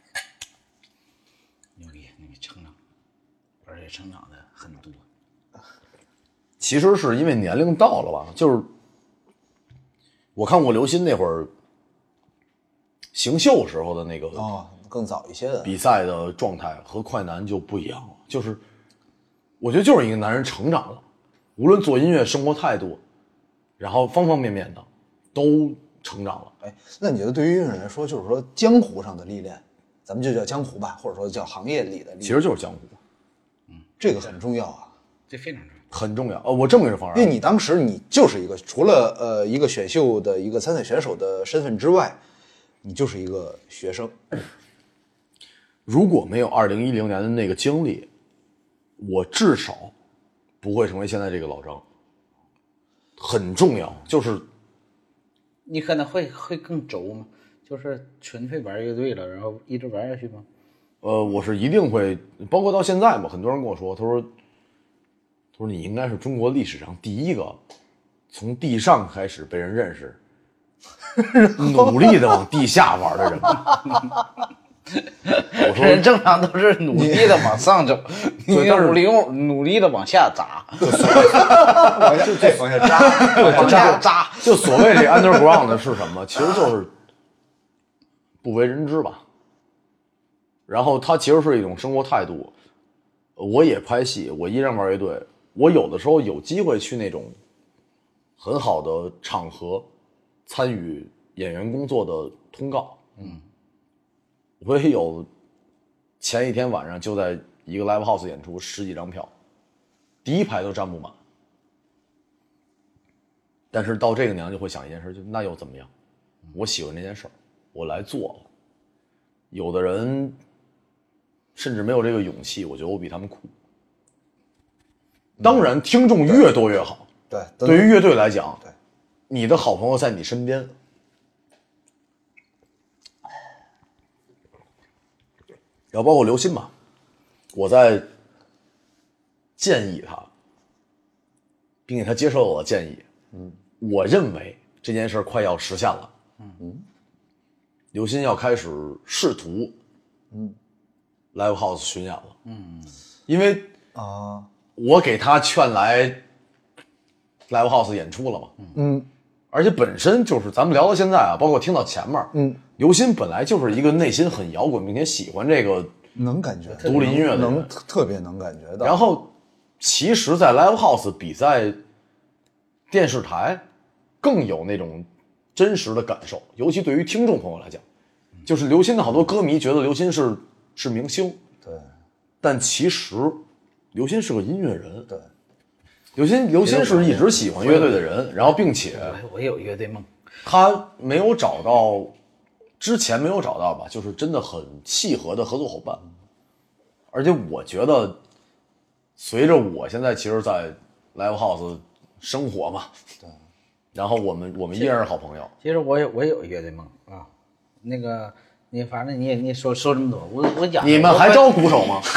牛逼，那个成长，而且成长的很多。 其实是因为年龄到了吧，就是我看过刘鑫那会儿行秀时候的那个哦，更早一些的比赛的状态和快男就不一样了，就是我觉得就是一个男人成长了，无论做音乐、生活态度，然后方方面面的都成长了。 哎，那你觉得对于音乐人来说，就是说江湖上的历练，咱们就叫江湖吧，或者说叫行业里的历练， 其实就是江湖， 嗯，这个很重要啊。 这非常重要， 很重要。呃，我这么一个方案， 因为你当时你就是一个除了呃一个选秀的一个参赛选手的身份之外，你就是一个学生。 如果没有二零一零年的那个经历，我至少不会成为现在这个老张。很重要，就是你可能会会更轴吗？就是纯粹玩乐队了，然后一直玩下去吗？ 呃，我是一定会，包括到现在嘛，很多人跟我说，他说，他说你应该是中国历史上第一个从地上开始被人认识，努力的往地下玩的人。 我说人正常都是努力的往上走，你努力努力的往下砸， 就这往下扎， 往下扎。 就所谓这 underground 是什么？其实就是不为人知吧。然后它其实是一种生活态度。我也拍戏，我依然玩乐队。我有的时候有机会去那种很好的场合参与演员工作的通告。嗯。我也有前一天晚上就在一个 live house 演出，十几张票，第一排都站不满。但是到这个年龄就会想一件事，就那又怎么样？我喜欢这件事儿，我来做了。有的人甚至没有这个勇气，我觉得我比他们酷。当然，听众越多越好。 对， 对于乐队来讲， 对， 你的好朋友在你身边。然后包括刘鑫吧，我在建议他，并且他接受了我的建议。嗯，我认为这件事快要实现了。嗯，刘鑫要开始试图，嗯 ，live house 巡演了。嗯，因为啊， 我给他劝来 live house 演出了嘛。嗯，而且本身就是咱们聊到现在啊，包括听到前面，嗯。刘鑫本来就是一个内心很摇滚并且喜欢这个能感觉独立音乐的人， 能特别能感觉到。 然后，其实，在 live house 比在电视台更有那种真实的感受，尤其对于听众朋友来讲，就是刘鑫的好多歌迷觉得刘鑫是是明星， 对， 但其实刘鑫是个音乐人， 对， 刘鑫刘鑫是一直喜欢乐队的人，然后并且我有乐队梦， 他没有找到。之前没有找到吧，就是真的很契合的合作伙伴，而且我觉得，随着我现在其实，在 live house 生活嘛，对，然后我们我们依然是好朋友。 其实我有我有乐队梦啊，那个你反正你也你也说说这么多，我我讲你们还招鼓手吗？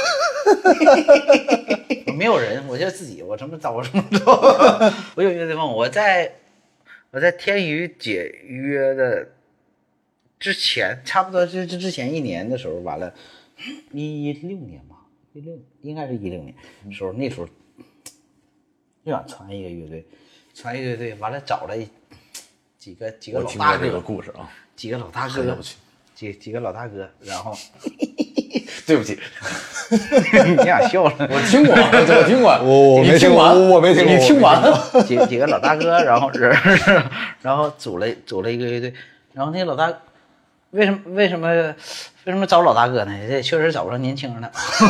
我没有人，我就自己，我什么招什么招。我有乐队梦，我在我在天娱解约的。之前差不多是之前一年的时候，完了，一六年吧，一六应该是一六年时候，那时候就想传一个乐队，传一个乐队，完了找了几个几个老大哥， 这个故事啊， 几个老大哥，几几个老大哥，然后对不起， 你俩笑了， 我听过，我听过， 我我没听完，我没听过， 你听完几几个老大哥，然后然后组了组了一个乐队，然后那个老大。为什么为什么为什么找老大哥呢？这确实找不着年轻的。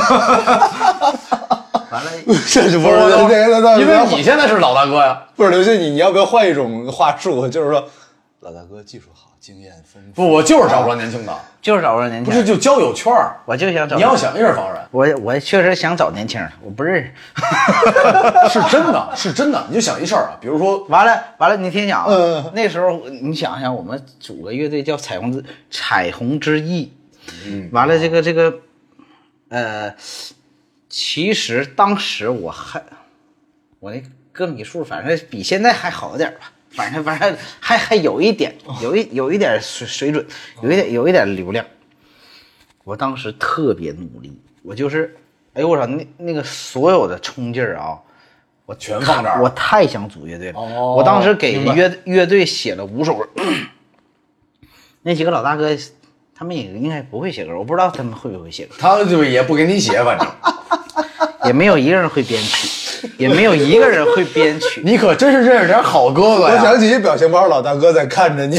完了， 这就不是因为你现在是老大哥呀。 不是刘鑫，你你要不要换一种话术？就是说，老大哥技术好，经验丰富。 不，我就是找不着年轻的， 就是找不着年轻。 不是就交友圈我就想找。 你要想一是方然， 我我确实想找年轻的，我不认识。 是真的，是真的。你就想一事儿啊，比如说， 完了完了，你听讲啊，嗯、那时候你想想，我们组个乐队叫彩虹之彩虹之翼，嗯，完了这个这个，呃，其实当时我还我那歌迷数，反正比现在还好点吧。反正反正还还有一点，有一有一点水水准，有一点有一点流量。我当时特别努力，我就是，哎呦我操，那那个所有的冲劲儿啊，我全放这儿。 我太想组乐队了， 哦、 我当时给乐乐队写了五首歌。那几个老大哥，他们也应该不会写歌，我不知道他们会不会写歌。 他们就也不给你写，反正也没有一个人会编曲。也没有一个人会编曲， 你可真是认识点好哥哥呀！ 我想起表情包，老大哥在看着你。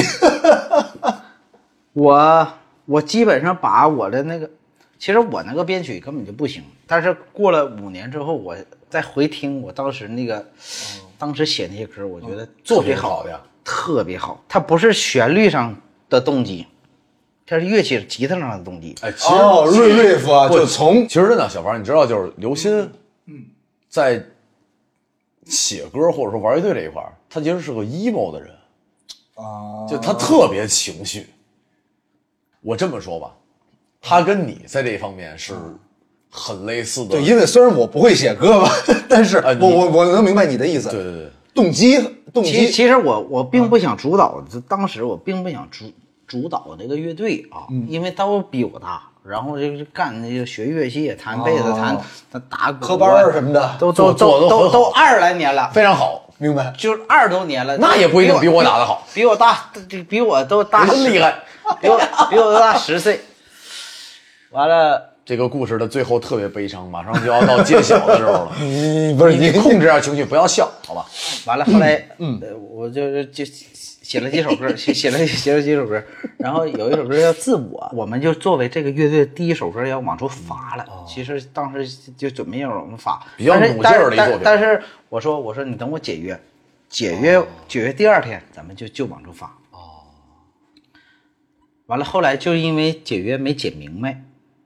我我基本上把我的那个，其实我那个编曲根本就不行，但是过了五年之后，我再回听我当时那个，嗯、当时写那些歌，我觉得作特别好品好呀， 特别好。它不是旋律上的动机，它是乐器吉他上的动机。 哎，其实哦，riff 啊，就从其实真的，小凡，你知道，就是刘鑫，嗯，在写歌或者说玩乐队这一块儿，他其实是个 emo 的人啊， 就他特别情绪。我这么说吧，他跟你在这一方面是很类似的。 对，因为虽然我不会写歌吧，但是我我我能明白你的意思。 对对对， 动机动机。 其其实我我并不想主导，就当时我并不想主主导这个乐队啊，因为都比我大。然后就是干那个学乐器，弹贝斯，弹他打鼓、 科班什么的， 都都都都都二十来年了， 非常好， 明白？ 就是二十多年了， 那也不一定比我打得好， 比我大，比我都大， 真厉害， 比我比我都大十岁。完了， 这个故事的最后特别悲伤，马上就要到揭晓的时候了。 你不是你控制一下情绪，不要笑，好吧？ 完了，后来嗯，我就就。写了几首歌，写写了写了几首歌，然后有一首歌叫《自我》，我们就作为这个乐队第一首歌要往出发了。哦、其实当时就准备要我们发， 比较努劲儿的一作品。 但是我说我说你等我解约，解约、哦、解约第二天咱们就就往出发。哦。完了，后来就因为解约没解明白，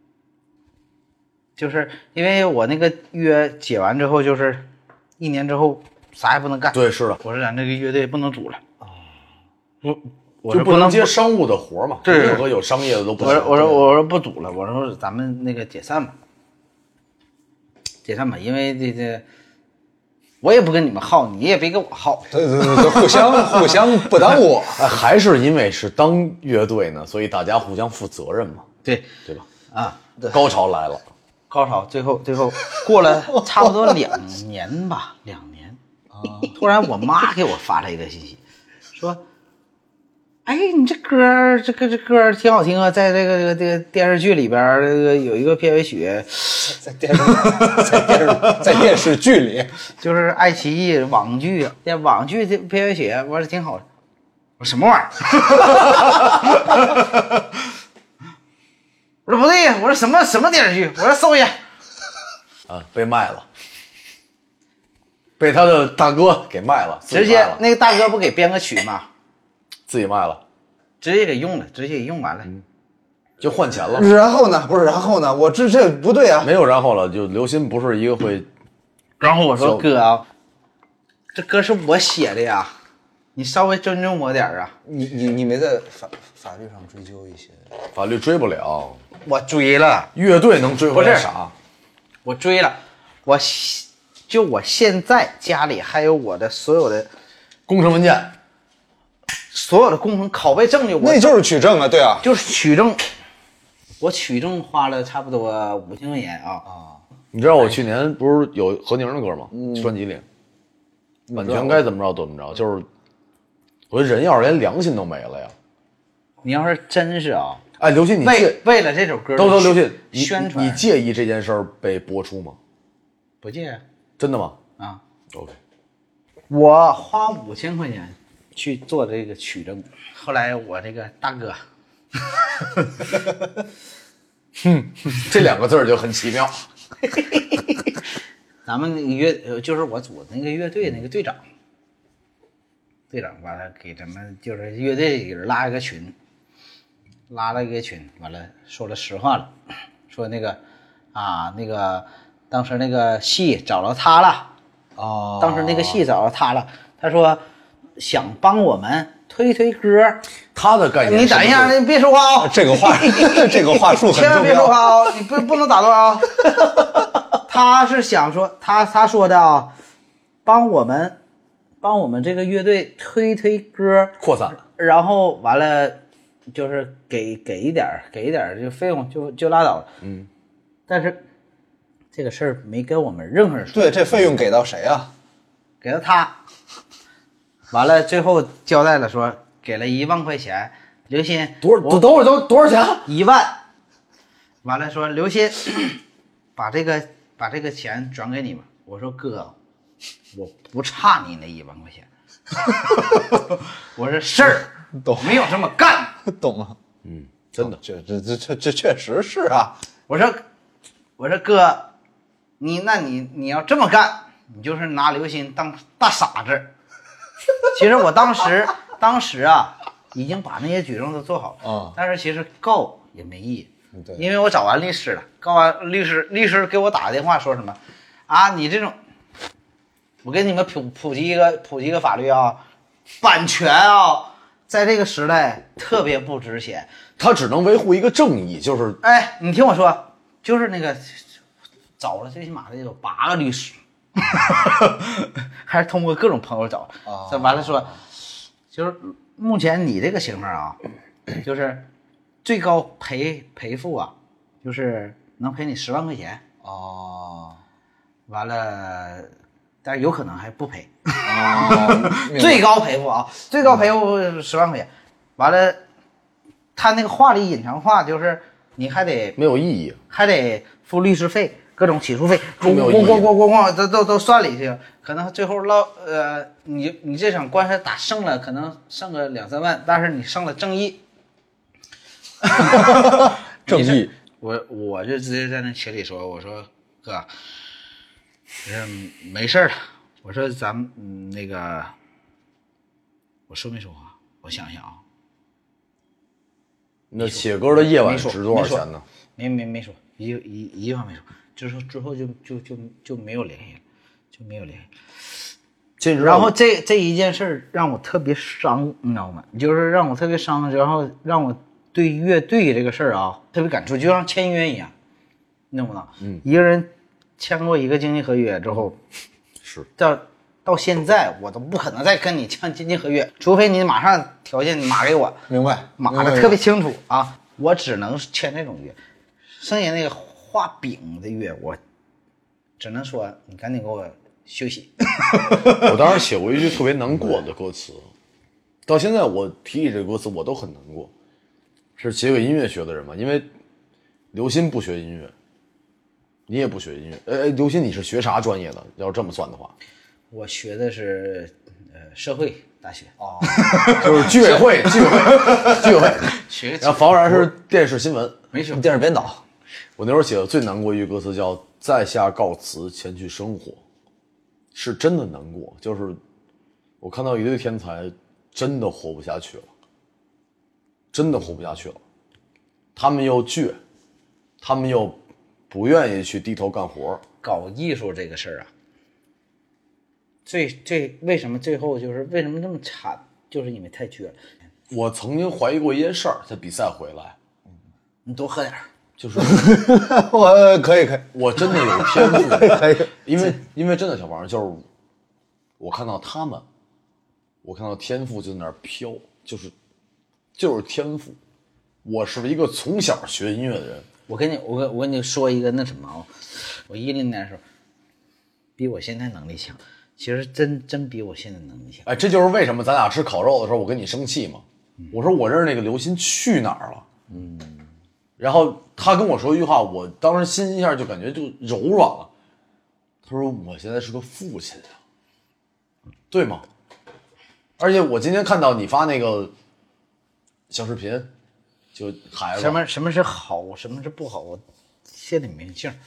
就是因为我那个约解完之后，就是一年之后啥也不能干。 对，是的。 我说咱这个乐队不能组了。我我就不能接商务的活嘛，对，任何有商业的都不行。 我说我说我说不赌了，我说咱们那个解散吧，解散吧，因为这这我也不跟你们耗，你也别跟我耗， 对对对，互相互相不耽误。 还是因为是当乐队呢，所以大家互相负责任嘛， 对对吧？ 啊，对， 高潮来了， 高潮最后最后过了差不多两年吧，两年，突然我妈给我发了一个信息，说。哎，你这歌这个这歌挺好听啊，在这个这个这个电视剧里边，这个有一个片尾曲， 在电视在电视在电视剧里， 就是爱奇艺网剧，电网剧的片尾曲，我说挺好的。我说什么玩意儿？我说不对呀，我说什么什么电视剧？我说搜一下， 啊，被卖了，被他的大哥给卖了， 直接那个大哥不给编个曲吗？ 自己卖了， 直接给用了，直接给用完了，嗯、 就换钱了。 然后呢？不是然后呢？我这这不对啊！ 没有然后了，就刘鑫不是一个会。 然后我说哥啊，这歌是我写的呀，你稍微尊重我点啊。 你你你没在法法律上追究一些？ 法律追不了， 我追了。 乐队能追回来啥？ 我追了，我就我现在家里还有我的所有的工程文件。 所有的工程拷贝证据， 那就是取证啊，对啊， 就是取证。我取证花了差不多五千块钱啊啊！ 你知道我去年不是有何宁的歌吗？嗯、专辑里，版权该怎么着怎么着，就是我觉得人要是连良心都没了呀。 你要是真是啊， 哎，刘鑫，你为为了这首歌， 都都刘鑫， 宣传， 你介意这件事儿被播出吗？ 不介意。 真的吗？ 啊 ，OK。 我花五千块钱。去做这个取证，后来我这个大哥， 哼，这两个字就很奇妙。 咱们乐就是我组那个乐队那个队长，队长完了给咱们就是乐队里拉一个群，拉了一个群，完了说了实话了，说那个啊那个当时那个戏找着他了，哦，当时那个戏找着他了，他说。想帮我们推推歌， 他的概念。 你等一下，你别说话啊、 哦！这个话，这个话术很重要。 千万别说话啊、哦！你不不能打断啊！他是想说，他他说的啊，帮我们，帮我们这个乐队推推歌， 扩散， 然后完了就是给给一点给一点就费用就就拉倒了。嗯，但是这个事儿没跟我们任何人说。 对，这费用给到谁啊？ 给到他。完了，最后交代了说给了一万块钱，刘鑫多少？等会儿等多少钱？ 一万。完了说刘鑫，把这个把这个钱转给你们。我说哥，我不差你那一万块钱。我说事儿懂， 没有这么干， 懂了。 嗯，真的， 这这这这这确实是啊。 我说我说哥， 你那你你要这么干，你就是拿刘鑫当大傻子。其实我当时当时啊，已经把那些举证都做好了， 啊但是其实告也没意义， 对， 因为我找完律师了，告完律师，律师给我打个电话说什么啊，你这种，我给你们普普及一个普及一个法律啊，版权啊，在这个时代特别不值钱。 他只能维护一个正义，就是哎，你听我说，就是那个找了最起码得有八个律师，还是通过各种朋友找。这完了说，就是目前你这个情况啊，就是最高赔赔付啊，就是能赔你十万块钱。 哦， 完了，但是有可能还不赔。 哦， 最高赔付啊，最高赔付十万块钱。完了，他那个话里隐藏话就是你还得没有意义， 还得付律师费，各种起诉费，咣没有意义咣咣咣咣都都都算里去，可能最后落呃，你你这场官司打胜了，可能剩个两三万，但是你胜了正义。 正义， 我我就直接在那群里说，我说哥，嗯，没事了，我说咱们、嗯、那个，我说没说话？我想想啊， 那写歌的夜晚没说值多少钱呢？ 没没没说，一一一句话没说，之后之后就就就就没有联系了，就没有联系。然后这这一件事让我特别伤，你知道吗？就是让我特别伤，然后让我对乐队这个事儿啊特别感触，就像签约一样，你懂不懂？嗯，一个人签过一个经济合约之后， 是到到现在我都不可能再跟你签经济合约，除非你马上条件你码给我， 明白， 码的特别清楚啊，我只能签这种约，剩下那个画饼的约，我只能说你赶紧给我休息。 我当时写过一句特别难过的歌词，到现在我提起这个歌词我都很难过。是写给音乐学的人嘛？因为刘鑫不学音乐，你也不学音乐。呃，刘鑫你是学啥专业的？要是这么算的话， 我学的是呃社会大学哦， 就是居委会，居委会，居委会。 学然后房然是电视新闻， 没事， 电视编导。 我那会儿写的最难过一句歌词叫“在下告辞，前去生活”，是真的难过。就是我看到一堆天才真的活不下去了。真的活不下去了，他们又倔，他们又不愿意去低头干活。 搞艺术这个事儿啊，最最为什么最后就是为什么这么惨，就是因为太倔了。 我曾经怀疑过一件事儿，在比赛回来， 你多喝点儿， 就是我可以可以， 我真的有天赋， 可以， 因为因为真的小王就是我看到他们，我看到天赋就在那儿飘，就是就是天赋。我是一个从小学音乐的人。 我跟你我跟我跟你说一个那什么啊，我一零年的时候比我现在能力强，其实真真比我现在能力强。 哎，这就是为什么咱俩吃烤肉的时候我跟你生气嘛。我说我认识那个刘鑫去哪儿了？嗯，然后他跟我说一句话，我当时心一下就感觉就柔软了。他说我现在是个父亲啊，对吗？而且我今天看到你发那个小视频，就孩子什么什么是好，什么是不好，我心里明镜。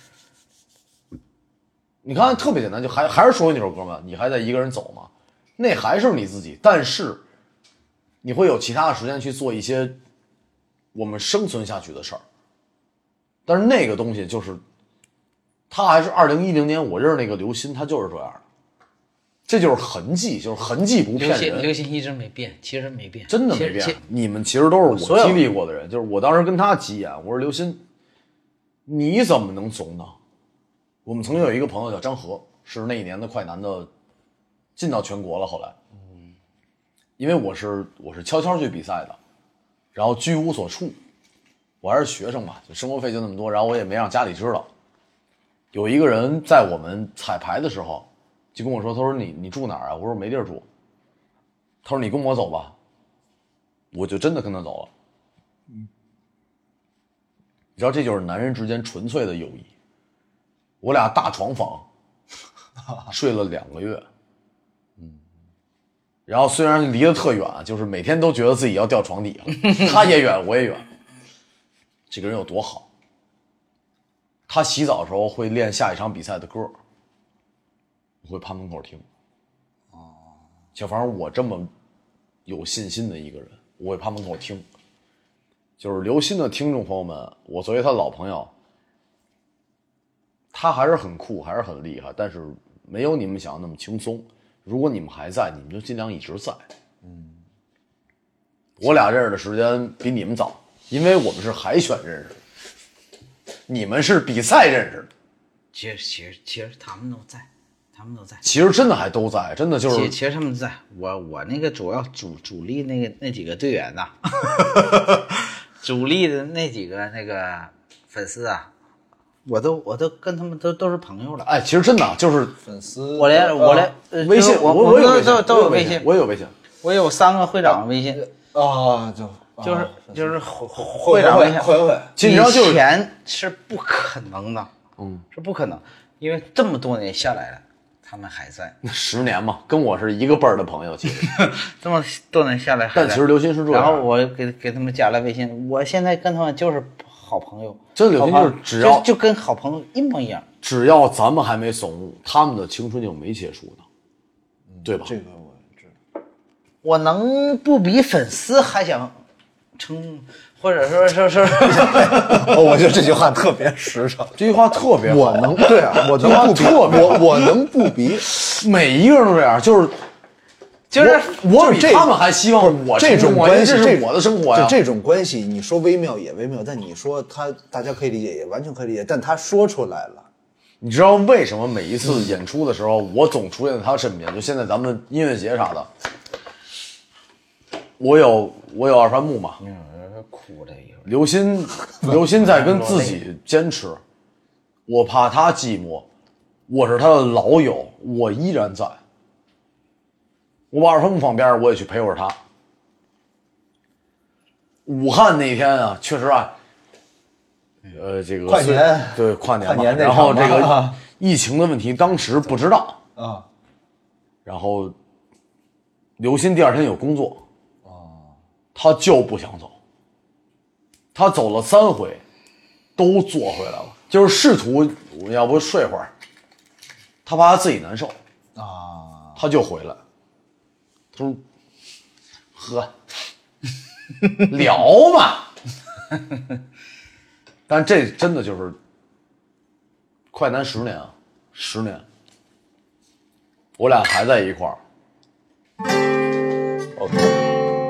你看特别简单，就还还是说那首歌嘛，你还在一个人走吗？那还是你自己，但是你会有其他的时间去做一些我们生存下去的事儿。但是那个东西就是，他还是二零一零年我认识那个刘鑫，他就是这样的，这就是痕迹，就是痕迹不骗刘鑫人。 刘鑫一直没变，其实没变， 真的没变其实。 你们其实都是所有我激励过的人，就是我当时跟他急眼，我说刘鑫，你怎么能怂呢？我们曾经有一个朋友叫张和，是那一年的快男的，进到全国了。后来，嗯，因为我是我是悄悄去比赛的，然后居无所处，我还是学生嘛，就生活费就那么多，然后我也没让家里知道。有一个人在我们彩排的时候，就跟我说，他说你你住哪儿啊？我说没地儿住。他说你跟我走吧，我就真的跟他走了。嗯，你知道这就是男人之间纯粹的友谊。我俩大床房睡了两个月，嗯，然后虽然离得特远，就是每天都觉得自己要掉床底下，他也远我也远。这个人有多好， 他洗澡的时候会练下一场比赛的歌，我会趴门口听。哦，就反正我这么有信心的一个人，我会趴门口听。就是刘鑫的听众朋友们，我作为他老朋友，他还是很酷，还是很厉害，但是没有你们想的那么轻松。如果你们还在，你们就尽量一直在。嗯，我俩认识的时间比你们早，因为我们是海选认识的。你们是比赛认识的， 其实其实其实他们都在，他们都在。 其实真的还都在，真的就是。 其实其实他们在，我我那个主要主主力那个那几个队员呐，主力的那几个那个粉丝啊，我都我都跟他们都都是朋友了。 哎，其实真的就是粉丝， 我连我连、呃、 微信， 我我有都都有微信，我有微信， 我有三个会长微信啊，就。 就是就是会长微信， 会会， 其实就是以前是不可能的，嗯，是不可能，因为这么多年下来了，他们还在。 十年嘛，跟我是一个辈儿的朋友，其实这么多年下来还在， 但其实刘鑫是这样。 然后我给给他们加了微信，我现在跟他们就是好朋友。 真刘鑫就是只要就, 就跟好朋友一模一样， 只要咱们还没怂悟，他们的青春就没结束呢，对吧？ 这个我知道。 我能不比粉丝还想成，或者说说说， 哦，我觉得这句话特别实诚， 这句话特别好。 我能对啊，我能不比， 特别我我能不比， 每一个人都这样，就是就是我比他们还希望我这种关系， 这是我的生活呀。 就这种关系，你说微妙也微妙，但你说他大家可以理解，也完全可以理解，但他说出来了。 你知道为什么每一次演出的时候，我总出现在他身边？就现在咱们音乐节啥的。我有我有二番木嘛， 嗯，哭了一会儿。 刘鑫，刘鑫在跟自己坚持，我怕他寂寞，我是他的老友，我依然在。我把二番木放边，我也去陪会他。武汉那天啊，确实啊，呃，这个跨年对跨年嘛， 跨年那然后这个啊疫情的问题，当时不知道啊， 然后刘鑫第二天有工作。他就不想走，他走了三回，都坐回来了，就是试图我要不睡会儿，他怕他自己难受啊， 他就回来，他说喝聊嘛，但这真的就是快男十年啊，十年，我俩还在一块儿。OK。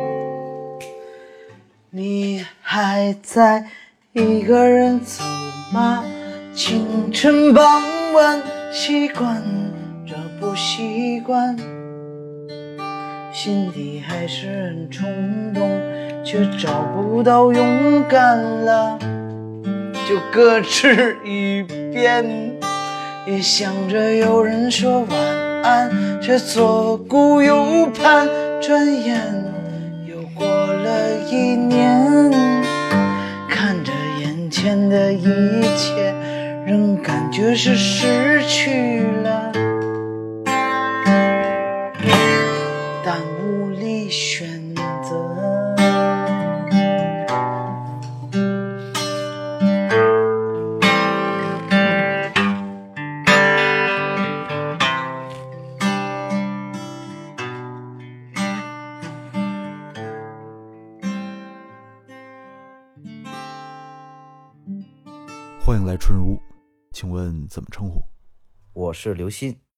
你还在一个人走吗？清晨傍晚，习惯这不习惯，心底还是很冲动，却找不到勇敢了，就搁置一边。也想着有人说晚安，却左顾右盼，转眼又过了一年，看着眼前的一切，仍感觉是失去了，但无力选择。 欢迎来春如，请问怎么称呼？ 我是刘鑫。